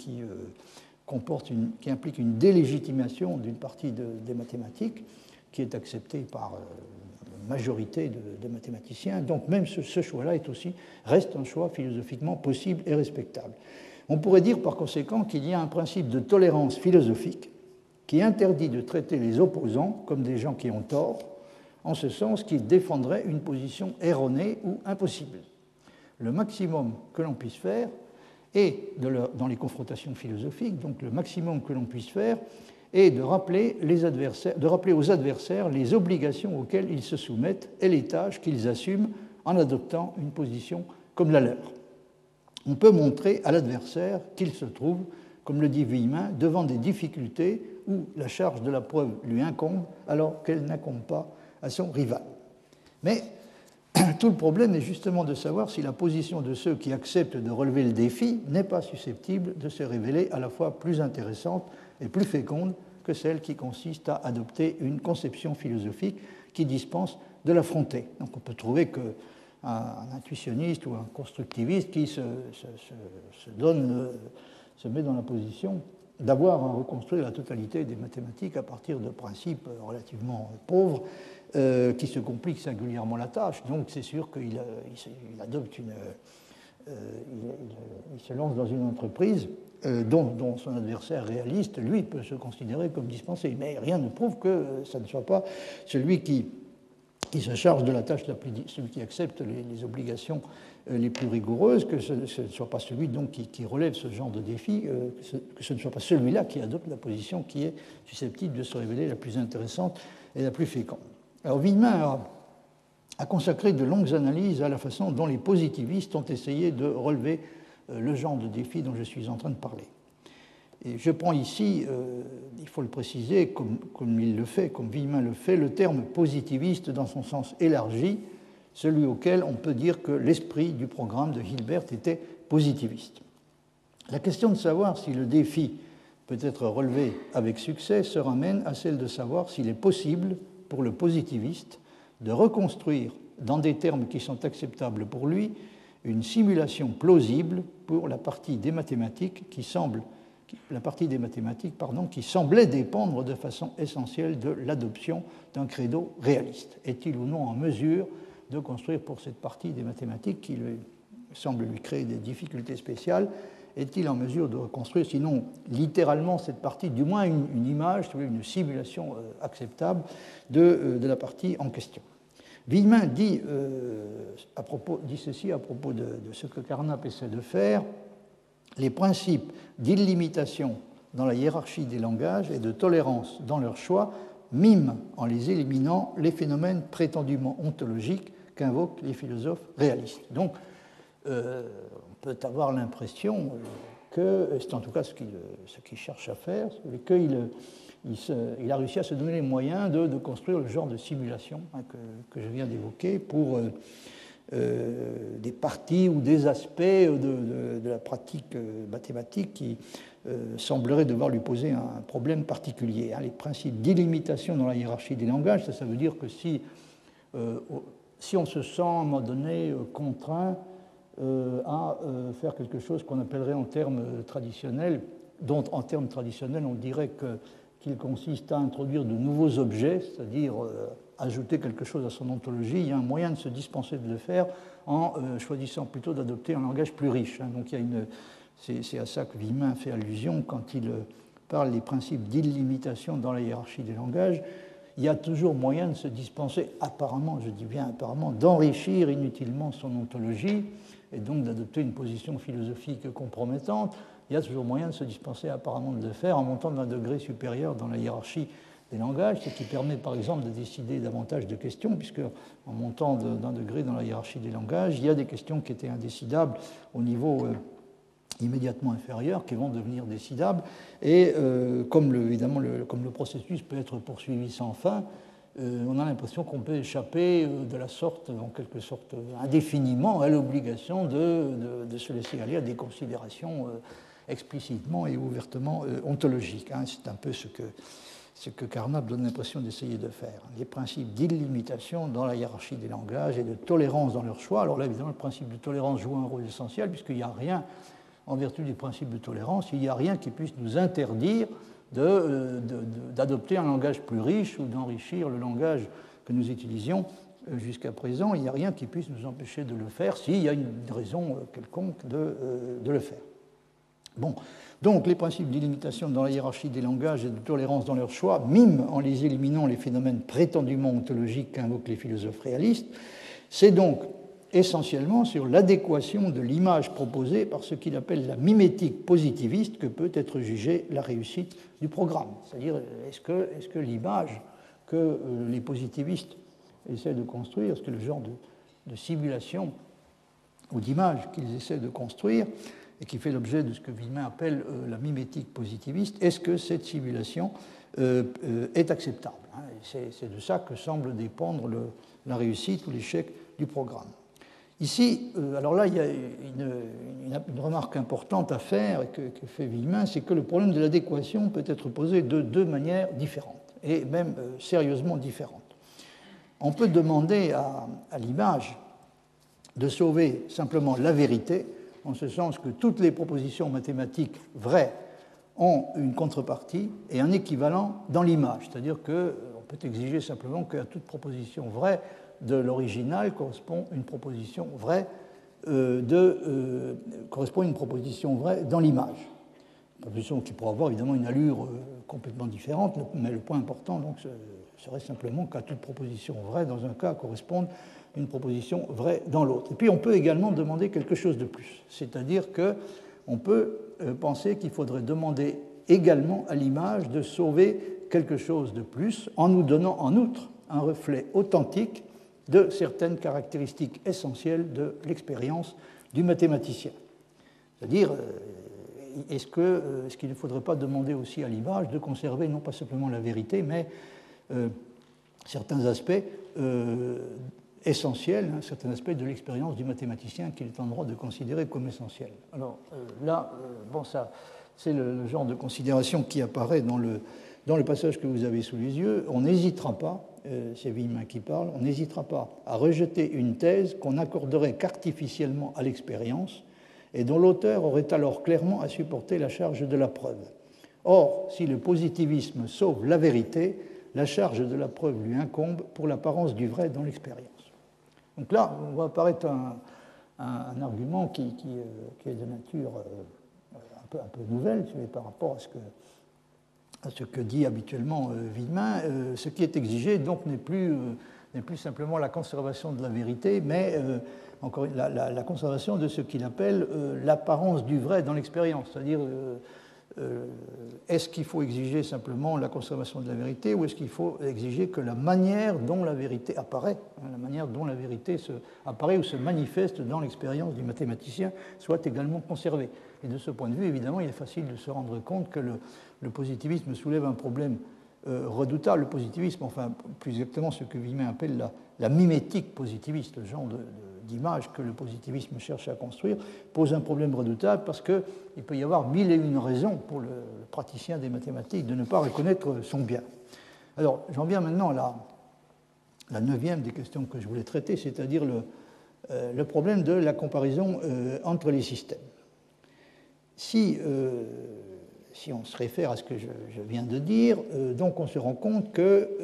Speaker 1: implique une délégitimation d'une partie des mathématiques qui est acceptée par la majorité de mathématiciens. Donc même ce choix-là reste un choix philosophiquement possible et respectable. On pourrait dire par conséquent qu'il y a un principe de tolérance philosophique qui interdit de traiter les opposants comme des gens qui ont tort, en ce sens qu'ils défendraient une position erronée ou impossible. Le maximum que l'on puisse faire, et dans les confrontations philosophiques, donc le maximum que l'on puisse faire est de rappeler aux adversaires les obligations auxquelles ils se soumettent et les tâches qu'ils assument en adoptant une position comme la leur. On peut montrer à l'adversaire qu'il se trouve, comme le dit Villemin, devant des difficultés où la charge de la preuve lui incombe alors qu'elle n'incombe pas à son rival. Mais tout le problème est justement de savoir si la position de ceux qui acceptent de relever le défi n'est pas susceptible de se révéler à la fois plus intéressante et plus féconde que celle qui consiste à adopter une conception philosophique qui dispense de l'affronter. Donc on peut trouver qu'un intuitionniste ou un constructiviste qui se met dans la position d'avoir à reconstruire la totalité des mathématiques à partir de principes relativement pauvres, qui se compliquent singulièrement la tâche. Donc c'est sûr qu'il adopte il se lance dans une entreprise dont son adversaire réaliste, lui, peut se considérer comme dispensé. Mais rien ne prouve que ça ne soit pas celui qui se charge de la tâche celui qui accepte les obligations les plus rigoureuses, que ce ne soit pas celui donc qui relève ce genre de défi, que ce ne soit pas celui-là qui adopte la position qui est susceptible de se révéler la plus intéressante et la plus féconde. Alors Villemin a consacré de longues analyses à la façon dont les positivistes ont essayé de relever le genre de défi dont je suis en train de parler. Et je prends ici, il faut le préciser, comme il le fait, comme Villemin le fait, le terme positiviste dans son sens élargi, celui auquel on peut dire que l'esprit du programme de Hilbert était positiviste. La question de savoir si le défi peut être relevé avec succès se ramène à celle de savoir s'il est possible pour le positiviste de reconstruire, dans des termes qui sont acceptables pour lui, une simulation plausible pour la partie des mathématiques qui semblait dépendre de façon essentielle de l'adoption d'un credo réaliste. Est-il ou non en mesure de construire pour cette partie des mathématiques qui semble lui créer des difficultés spéciales, est-il en mesure de reconstruire, sinon littéralement cette partie, du moins une image, une simulation acceptable de la partie en question. Villemin dit ceci à propos de ce que Carnap essaie de faire: les principes d'illimitation dans la hiérarchie des langages et de tolérance dans leur choix miment, en les éliminant, les phénomènes prétendument ontologiques qu'invoquent les philosophes réalistes. Donc, on peut avoir l'impression que, c'est en tout cas ce qu'il cherche à faire, qu'il a réussi à se donner les moyens de construire le genre de simulation que je viens d'évoquer pour des parties ou des aspects de la pratique mathématique qui sembleraient devoir lui poser un problème particulier. Les principes d'illimitation dans la hiérarchie des langages, ça veut dire que si on se sent à un moment donné contraint à faire quelque chose qu'on appellerait en termes traditionnels, dont en termes traditionnels on dirait qu'il consiste à introduire de nouveaux objets, c'est-à-dire ajouter quelque chose à son ontologie, il y a un moyen de se dispenser de le faire en choisissant plutôt d'adopter un langage plus riche. Donc c'est à ça que Villemin fait allusion quand il parle des principes d'illimitation dans la hiérarchie des langages. il y a toujours moyen de se dispenser, apparemment, je dis bien apparemment, d'enrichir inutilement son ontologie et donc d'adopter une position philosophique compromettante. Il y a toujours moyen de se dispenser apparemment de le faire en montant d'un degré supérieur dans la hiérarchie des langages, ce qui permet par exemple de décider davantage de questions, puisque en montant d'un degré dans la hiérarchie des langages, il y a des questions qui étaient indécidables au niveau immédiatement inférieur qui vont devenir décidables. Et évidemment, comme le processus peut être poursuivi sans fin, on a l'impression qu'on peut échapper de la sorte, en quelque sorte indéfiniment, à l'obligation de se laisser aller à des considérations explicitement et ouvertement ontologiques. C'est un peu ce que Carnap donne l'impression d'essayer de faire. Les principes d'illimitation dans la hiérarchie des langages et de tolérance dans leur choix. Alors là, évidemment, le principe de tolérance joue un rôle essentiel, puisqu'il n'y a rien, en vertu du principe de tolérance, il n'y a rien qui puisse nous interdire d'adopter un langage plus riche ou d'enrichir le langage que nous utilisions jusqu'à présent. Il n'y a rien qui puisse nous empêcher de le faire s'il y a une raison quelconque de le faire. Bon. Donc, les principes d'illimitation dans la hiérarchie des langages et de tolérance dans leur choix miment en les éliminant les phénomènes prétendument ontologiques qu'invoquent les philosophes réalistes. C'est donc essentiellement sur l'adéquation de l'image proposée par ce qu'il appelle la mimétique positiviste que peut être jugée la réussite du programme. C'est-à-dire, est-ce que l'image que les positivistes essaient de construire, est-ce que le genre de simulation ou d'image qu'ils essaient de construire et qui fait l'objet de ce que Villemin appelle la mimétique positiviste, est-ce que cette simulation est acceptable? C'est de ça que semble dépendre la réussite ou l'échec du programme. Ici, alors là, il y a une remarque importante à faire que fait Villemin, c'est que le problème de l'adéquation peut être posé de deux manières différentes, et même sérieusement différentes. On peut demander à l'image de sauver simplement la vérité, en ce sens que toutes les propositions mathématiques vraies ont une contrepartie et un équivalent dans l'image. C'est-à-dire qu'on peut exiger simplement qu'à toute proposition vraie de l'original correspond une proposition vraie correspond une proposition vraie dans l'image. Une proposition qui pourrait avoir évidemment une allure complètement différente, mais le point important donc serait simplement qu'à toute proposition vraie dans un cas corresponde une proposition vraie dans l'autre. Et puis on peut également demander quelque chose de plus, c'est-à-dire qu'on peut penser qu'il faudrait demander également à l'image de sauver quelque chose de plus en nous donnant en outre un reflet authentique de certaines caractéristiques essentielles de l'expérience du mathématicien. C'est-à-dire, est-ce qu'il ne faudrait pas demander aussi à l'image de conserver non pas simplement la vérité, mais certains aspects essentiels, certains aspects de l'expérience du mathématicien qu'il est en droit de considérer comme essentiels. Alors là, ça, c'est le genre de considération qui apparaît dans le passage que vous avez sous les yeux. On n'hésitera pas, c'est Villemin qui parle, on n'hésitera pas à rejeter une thèse qu'on n'accorderait qu'artificiellement à l'expérience et dont l'auteur aurait alors clairement à supporter la charge de la preuve. Or, si le positivisme sauve la vérité, la charge de la preuve lui incombe pour l'apparence du vrai dans l'expérience. Donc là, on voit apparaître un argument qui est de nature un peu nouvelle par rapport à ce que dit habituellement Villemin. Ce qui est exigé donc n'est plus simplement la conservation de la vérité, mais encore la conservation de ce qu'il appelle l'apparence du vrai dans l'expérience, c'est-à-dire est-ce qu'il faut exiger simplement la conservation de la vérité ou est-ce qu'il faut exiger que la manière dont la vérité apparaît, la manière dont la vérité apparaît ou se manifeste dans l'expérience du mathématicien soit également conservée. Et de ce point de vue, évidemment, il est facile de se rendre compte que le positivisme soulève un problème redoutable. Le positivisme, enfin plus exactement ce que Villemin appelle la mimétique positiviste, le genre d'image que le positivisme cherche à construire, pose un problème redoutable parce qu'il peut y avoir mille et une raisons pour le praticien des mathématiques de ne pas reconnaître son bien. Alors, j'en viens maintenant à la neuvième des questions que je voulais traiter, c'est-à-dire le problème de la comparaison entre les systèmes. Si on se réfère à ce que je viens de dire, donc on se rend compte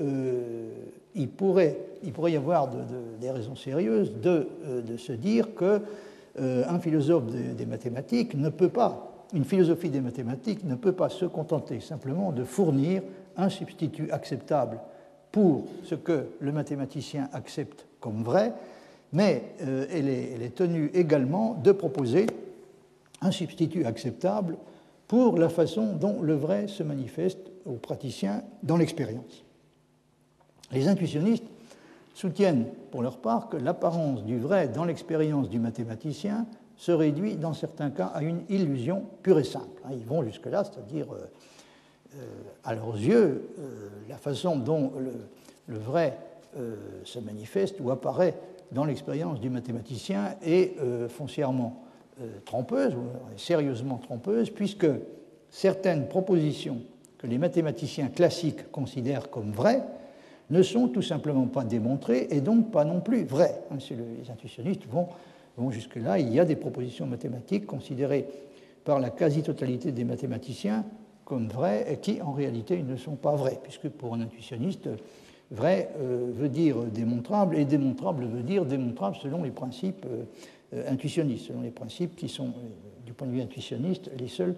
Speaker 1: qu'il pourrait y avoir des raisons sérieuses de se dire qu'un philosophe des mathématiques ne peut pas, une philosophie des mathématiques ne peut pas se contenter simplement de fournir un substitut acceptable pour ce que le mathématicien accepte comme vrai, mais elle est tenue également de proposer un substitut acceptable pour la façon dont le vrai se manifeste au praticien dans l'expérience. Les intuitionnistes soutiennent pour leur part que l'apparence du vrai dans l'expérience du mathématicien se réduit dans certains cas à une illusion pure et simple. Ils vont jusque-là, c'est-à-dire, à leurs yeux, la façon dont le vrai se manifeste ou apparaît dans l'expérience du mathématicien est foncièrement trompeuse, ou sérieusement trompeuse, puisque certaines propositions que les mathématiciens classiques considèrent comme vraies ne sont tout simplement pas démontrées et donc pas non plus vraies. Les intuitionnistes vont jusque-là. Il y a des propositions mathématiques considérées par la quasi-totalité des mathématiciens comme vraies et qui, en réalité, ne sont pas vraies, puisque pour un intuitionniste, vrai veut dire démontrable, et démontrable veut dire démontrable selon les principes intuitionnistes, selon les principes qui sont, du point de vue intuitionniste, les seuls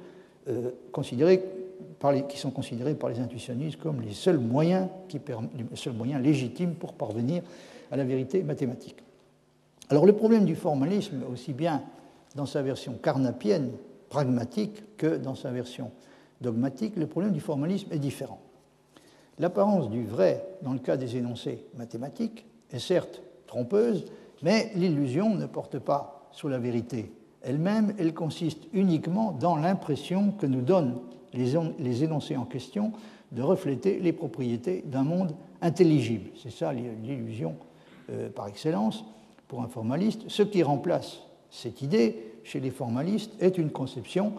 Speaker 1: qui sont considérés par les intuitionnistes comme les seuls moyens légitimes pour parvenir à la vérité mathématique. Alors le problème du formalisme, aussi bien dans sa version carnapienne, pragmatique, que dans sa version dogmatique, le problème du formalisme est différent. L'apparence du vrai dans le cas des énoncés mathématiques est certes trompeuse, mais l'illusion ne porte pas sur la vérité elle-même, elle consiste uniquement dans l'impression que nous donnent les énoncés en question de refléter les propriétés d'un monde intelligible. C'est ça l'illusion par excellence pour un formaliste. Ce qui remplace cette idée chez les formalistes est une conception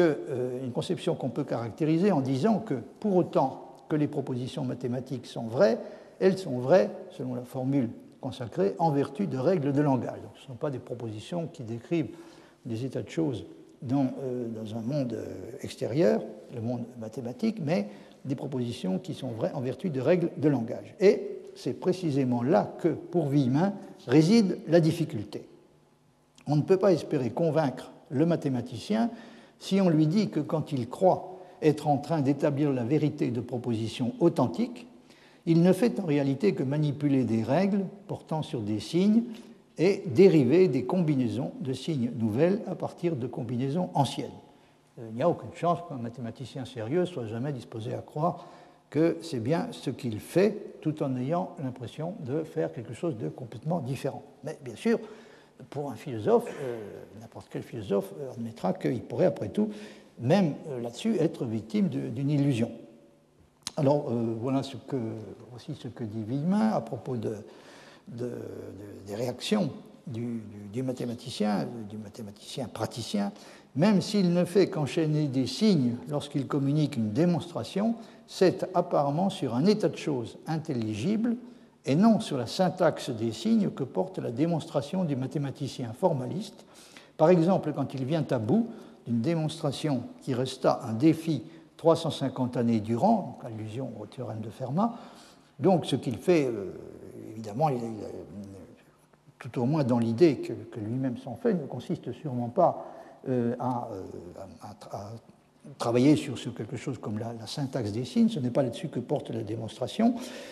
Speaker 1: qu'on peut caractériser en disant que pour autant que les propositions mathématiques sont vraies, elles sont vraies, selon la formule consacrée, en vertu de règles de langage. Donc, ce ne sont pas des propositions qui décrivent des états de choses dans un monde extérieur, le monde mathématique, mais des propositions qui sont vraies en vertu de règles de langage. Et c'est précisément là que, pour Villemin, réside la difficulté. On ne peut pas espérer convaincre le mathématicien si on lui dit que quand il croit être en train d'établir la vérité de propositions authentiques, il ne fait en réalité que manipuler des règles portant sur des signes et dériver des combinaisons de signes nouvelles à partir de combinaisons anciennes. Il n'y a aucune chance qu'un mathématicien sérieux soit jamais disposé à croire que c'est bien ce qu'il fait, tout en ayant l'impression de faire quelque chose de complètement différent. Mais bien sûr, pour un philosophe, n'importe quel philosophe admettra qu'il pourrait, après tout, même là-dessus, être victime d'une illusion. Alors, voilà aussi ce que dit Villemin à propos des réactions du mathématicien praticien. Même s'il ne fait qu'enchaîner des signes lorsqu'il communique une démonstration, c'est apparemment sur un état de choses intelligible et non sur la syntaxe des signes que porte la démonstration du mathématicien formaliste. Par exemple, quand il vient à bout d'une démonstration qui resta un défi 350 années durant, donc allusion au théorème de Fermat. Donc ce qu'il fait, évidemment, tout au moins dans l'idée que lui-même s'en fait, ne consiste sûrement pas à travailler sur quelque chose comme la syntaxe des signes, ce n'est pas là-dessus que porte la démonstration.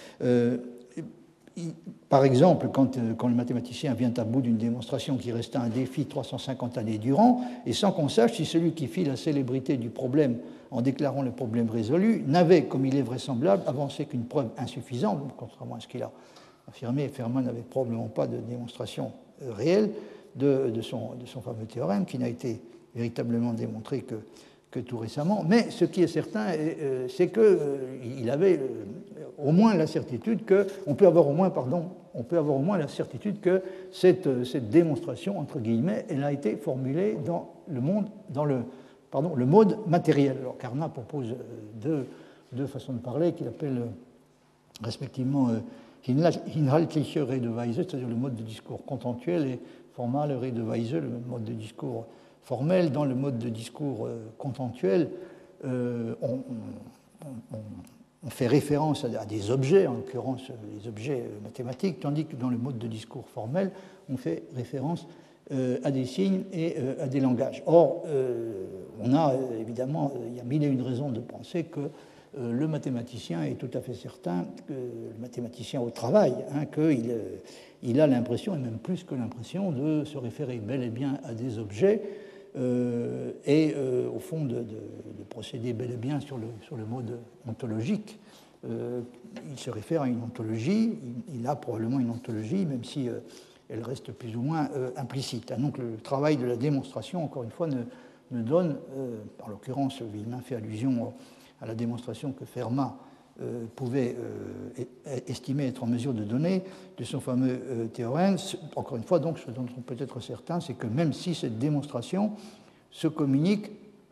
Speaker 1: Par exemple, quand le mathématicien vient à bout d'une démonstration qui resta un défi 350 années durant, et sans qu'on sache si celui qui fit la célébrité du problème en déclarant le problème résolu n'avait, comme il est vraisemblable, avancé qu'une preuve insuffisante, donc, contrairement à ce qu'il a affirmé, Fermat n'avait probablement pas de démonstration réelle de son fameux théorème, qui n'a été véritablement démontré que tout récemment. Mais ce qui est certain, c'est qu'il avait au moins la certitude on peut avoir au moins la certitude que cette démonstration, entre guillemets, elle a été formulée dans le mode matériel. Alors Carnap propose deux façons de parler qu'il appelle respectivement Inhaltliche Redeweise, c'est-à-dire le mode de discours contentuel, et Formale Redeweise, le mode de discours formel. Dans le mode de discours contentuel, on fait référence à des objets, en l'occurrence les objets mathématiques, tandis que dans le mode de discours formel, on fait référence à des signes et à des langages. Or, on a évidemment, il y a mille et une raisons de penser que le mathématicien est tout à fait certain, le mathématicien au travail, qu'il a l'impression, et même plus que l'impression, de se référer bel et bien à des objets au fond de procéder bel et bien sur le mode ontologique. Il se réfère à une ontologie, il a probablement une ontologie, même si elle reste plus ou moins implicite. Donc le travail de la démonstration, encore une fois, ne donne, en l'occurrence, Villemin fait allusion à la démonstration que Fermat pouvait estimer être en mesure de donner de son fameux théorème. Encore une fois, donc, ce dont on peut être certain, c'est que même si cette démonstration se communique,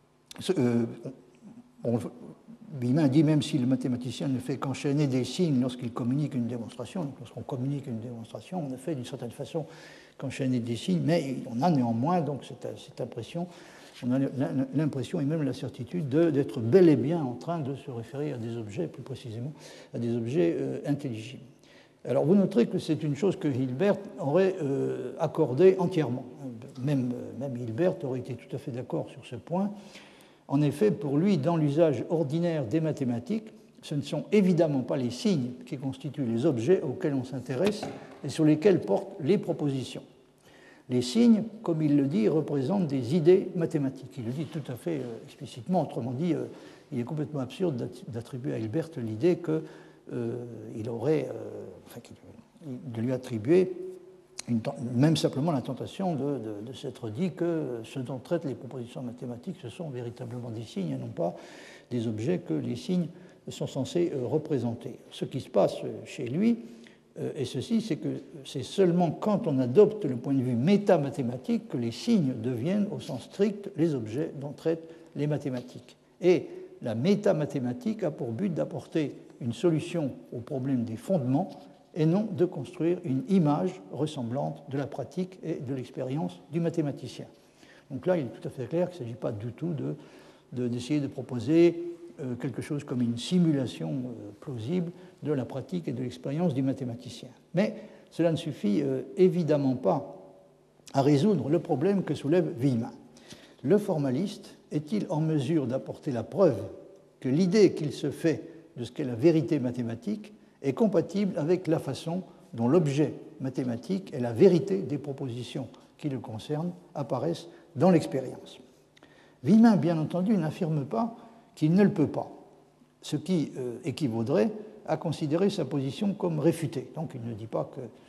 Speaker 1: Villemin dit même si le mathématicien ne fait qu'enchaîner des signes lorsqu'il communique une démonstration, donc lorsqu'on communique une démonstration, on ne fait d'une certaine façon qu'enchaîner des signes, mais on a néanmoins donc cette impression, on a l'impression et même la certitude d'être bel et bien en train de se référer à des objets, plus précisément à des objets intelligibles. Alors vous noterez que c'est une chose que Hilbert aurait accordée entièrement. Même Hilbert aurait été tout à fait d'accord sur ce point. En effet, pour lui, dans l'usage ordinaire des mathématiques, ce ne sont évidemment pas les signes qui constituent les objets auxquels on s'intéresse et sur lesquels portent les propositions. Les signes, comme il le dit, représentent des idées mathématiques. Il le dit tout à fait explicitement. Autrement dit, il est complètement absurde d'attribuer à Hilbert l'idée qu'il aurait, de lui attribuer même simplement la tentation de s'être dit que ce dont traitent les propositions mathématiques, ce sont véritablement des signes et non pas des objets que les signes sont censés représenter. Ce qui se passe chez lui est ceci, c'est que c'est seulement quand on adopte le point de vue métamathématique que les signes deviennent au sens strict les objets dont traitent les mathématiques. Et la métamathématique a pour but d'apporter une solution au problème des fondements et non de construire une image ressemblante de la pratique et de l'expérience du mathématicien. Donc là, il est tout à fait clair qu'il ne s'agit pas du tout d'essayer de proposer quelque chose comme une simulation plausible de la pratique et de l'expérience du mathématicien. Mais cela ne suffit évidemment pas à résoudre le problème que soulève Villemin. Le formaliste est-il en mesure d'apporter la preuve que l'idée qu'il se fait de ce qu'est la vérité mathématique est compatible avec la façon dont l'objet mathématique et la vérité des propositions qui le concernent apparaissent dans l'expérience. Villemin, bien entendu, n'affirme pas qu'il ne le peut pas, ce qui équivaudrait à considérer sa position comme réfutée. Donc il ne dit pas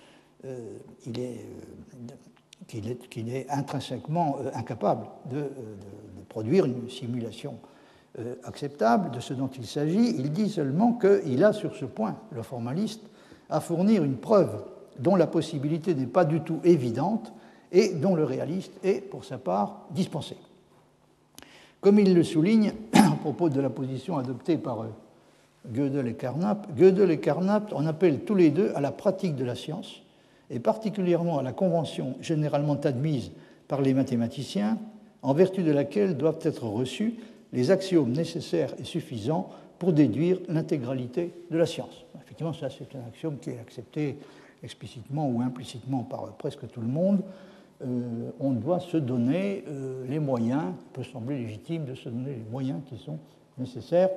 Speaker 1: qu'il est intrinsèquement incapable de produire une simulation acceptable de ce dont il s'agit. Il dit seulement qu'il a sur ce point, le formaliste, à fournir une preuve dont la possibilité n'est pas du tout évidente et dont le réaliste est, pour sa part, dispensé. Comme il le souligne à propos de la position adoptée par Gödel et Carnap en appellent tous les deux à la pratique de la science, et particulièrement à la convention généralement admise par les mathématiciens, en vertu de laquelle doivent être reçus les axiomes nécessaires et suffisants pour déduire l'intégralité de la science. Effectivement, ça c'est un axiome qui est accepté explicitement ou implicitement par presque tout le monde. On doit se donner les moyens, il peut sembler légitime de se donner les moyens qui sont nécessaires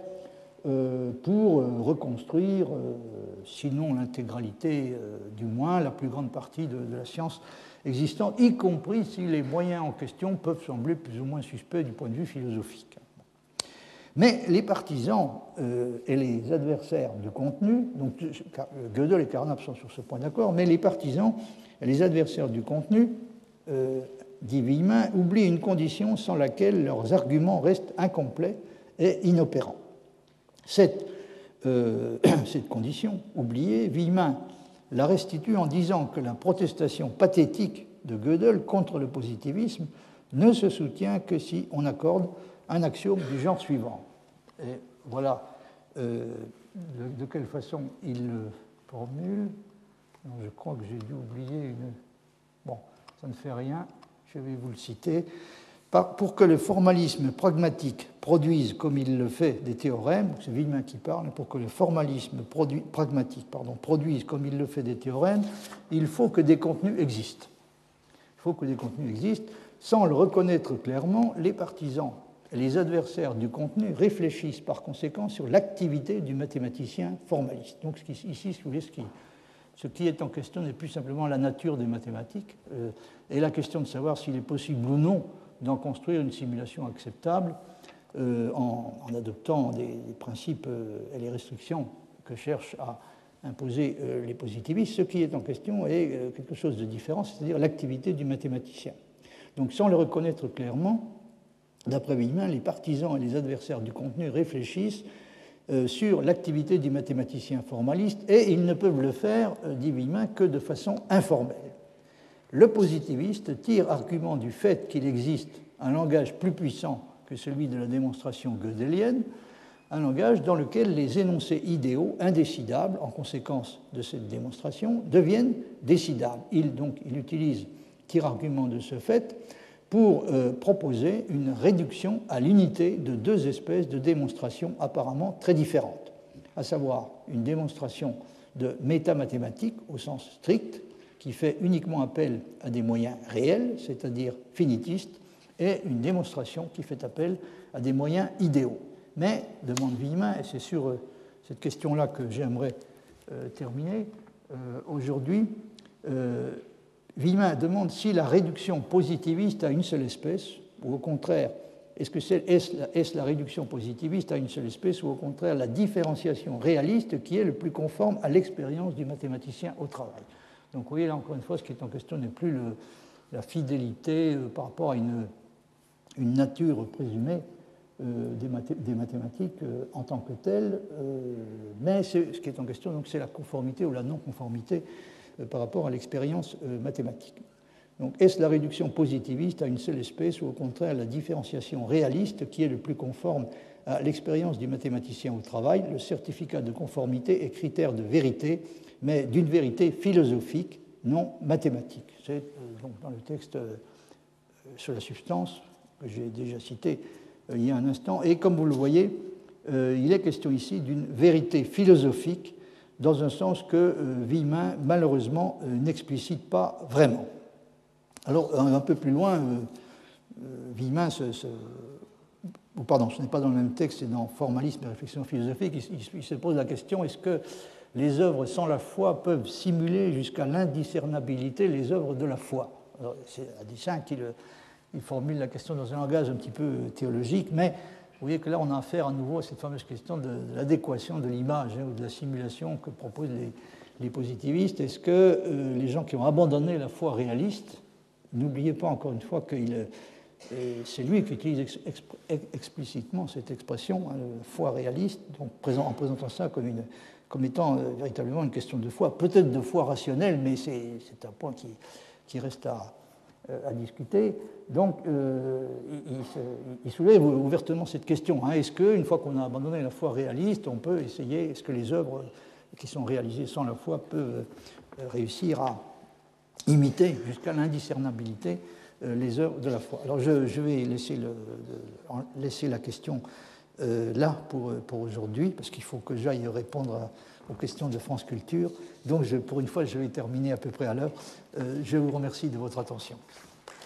Speaker 1: pour reconstruire, sinon l'intégralité, du moins la plus grande partie de la science existante, y compris si les moyens en question peuvent sembler plus ou moins suspects du point de vue philosophique. Mais les partisans et les adversaires du contenu, donc Gödel et Carnap sont sur ce point d'accord, mais les partisans et les adversaires du contenu, dit Villemin, oublient une condition sans laquelle leurs arguments restent incomplets et inopérants. Cette condition oubliée, Villemin la restitue en disant que la protestation pathétique de Gödel contre le positivisme ne se soutient que si on accorde un axiome du genre suivant. Et voilà de quelle façon il le formule. Non, je crois que j'ai dû oublier une... Bon, ça ne fait rien, je vais vous le citer. Pour que le formalisme pragmatique produise, comme il le fait, des théorèmes, c'est Villemin qui parle, pour que le formalisme pragmatique produise, comme il le fait, des théorèmes, il faut que des contenus existent. Il faut que des contenus existent. Sans le reconnaître clairement, les partisans les adversaires du contenu réfléchissent par conséquent sur l'activité du mathématicien formaliste. Donc ici, si vous voulez, ce qui est en question n'est plus simplement la nature des mathématiques et la question de savoir s'il est possible ou non d'en construire une simulation acceptable en adoptant des principes et les restrictions que cherchent à imposer les positivistes. Ce qui est en question est quelque chose de différent, c'est-à-dire l'activité du mathématicien. Donc sans le reconnaître clairement, d'après Villemin, les partisans et les adversaires du contenu réfléchissent sur l'activité du mathématicien formaliste et ils ne peuvent le faire, dit Villemin, que de façon informelle. Le positiviste tire argument du fait qu'il existe un langage plus puissant que celui de la démonstration gödelienne, un langage dans lequel les énoncés idéaux indécidables, en conséquence de cette démonstration, deviennent décidables. Il tire argument de ce fait pour proposer une réduction à l'unité de deux espèces de démonstrations apparemment très différentes, à savoir une démonstration de métamathématiques au sens strict, qui fait uniquement appel à des moyens réels, c'est-à-dire finitistes, et une démonstration qui fait appel à des moyens idéaux. Mais, demande Villemin, et c'est sur cette question-là que j'aimerais terminer aujourd'hui, Villemin demande si la réduction positiviste à une seule espèce, ou au contraire, est-ce la réduction positiviste à une seule espèce, ou au contraire la différenciation réaliste qui est le plus conforme à l'expérience du mathématicien au travail. Donc vous voyez là encore une fois, ce qui est en question n'est plus la fidélité par rapport à une nature présumée des mathématiques en tant que telle, mais ce qui est en question, donc, c'est la conformité ou la non-conformité par rapport à l'expérience mathématique. Donc, est-ce la réduction positiviste à une seule espèce ou au contraire la différenciation réaliste qui est le plus conforme à l'expérience du mathématicien au travail? Le certificat de conformité est critère de vérité, mais d'une vérité philosophique, non mathématique. C'est donc dans le texte sur la substance que j'ai déjà cité il y a un instant. Et comme vous le voyez, il est question ici d'une vérité philosophique dans un sens que Villemin, malheureusement, n'explicite pas vraiment. Alors, un peu plus loin, Villemin pardon, ce n'est pas dans le même texte, c'est dans Formalisme et réflexion philosophique, il se pose la question, est-ce que les œuvres sans la foi peuvent simuler jusqu'à l'indiscernabilité les œuvres de la foi? Alors, c'est à dessein qu'il formule la question dans un langage un petit peu théologique, mais vous voyez que là, on a affaire à nouveau à cette fameuse question de l'adéquation de l'image ou de la simulation que proposent les positivistes. Est-ce que les gens qui ont abandonné la foi réaliste, n'oubliez pas encore une fois que c'est lui qui utilise explicitement cette expression, foi réaliste, donc en présentant ça comme étant véritablement une question de foi, peut-être de foi rationnelle, mais c'est un point qui reste à discuter. Donc, il soulève ouvertement cette question. Est-ce qu'une fois qu'on a abandonné la foi réaliste, on peut essayer, est-ce que les œuvres qui sont réalisées sans la foi peuvent réussir à imiter jusqu'à l'indiscernabilité les œuvres de la foi? Alors, je vais laisser la question là pour aujourd'hui, parce qu'il faut que j'aille répondre aux questions de France Culture. Donc, pour une fois, je vais terminer à peu près à l'heure. Je vous remercie de votre attention.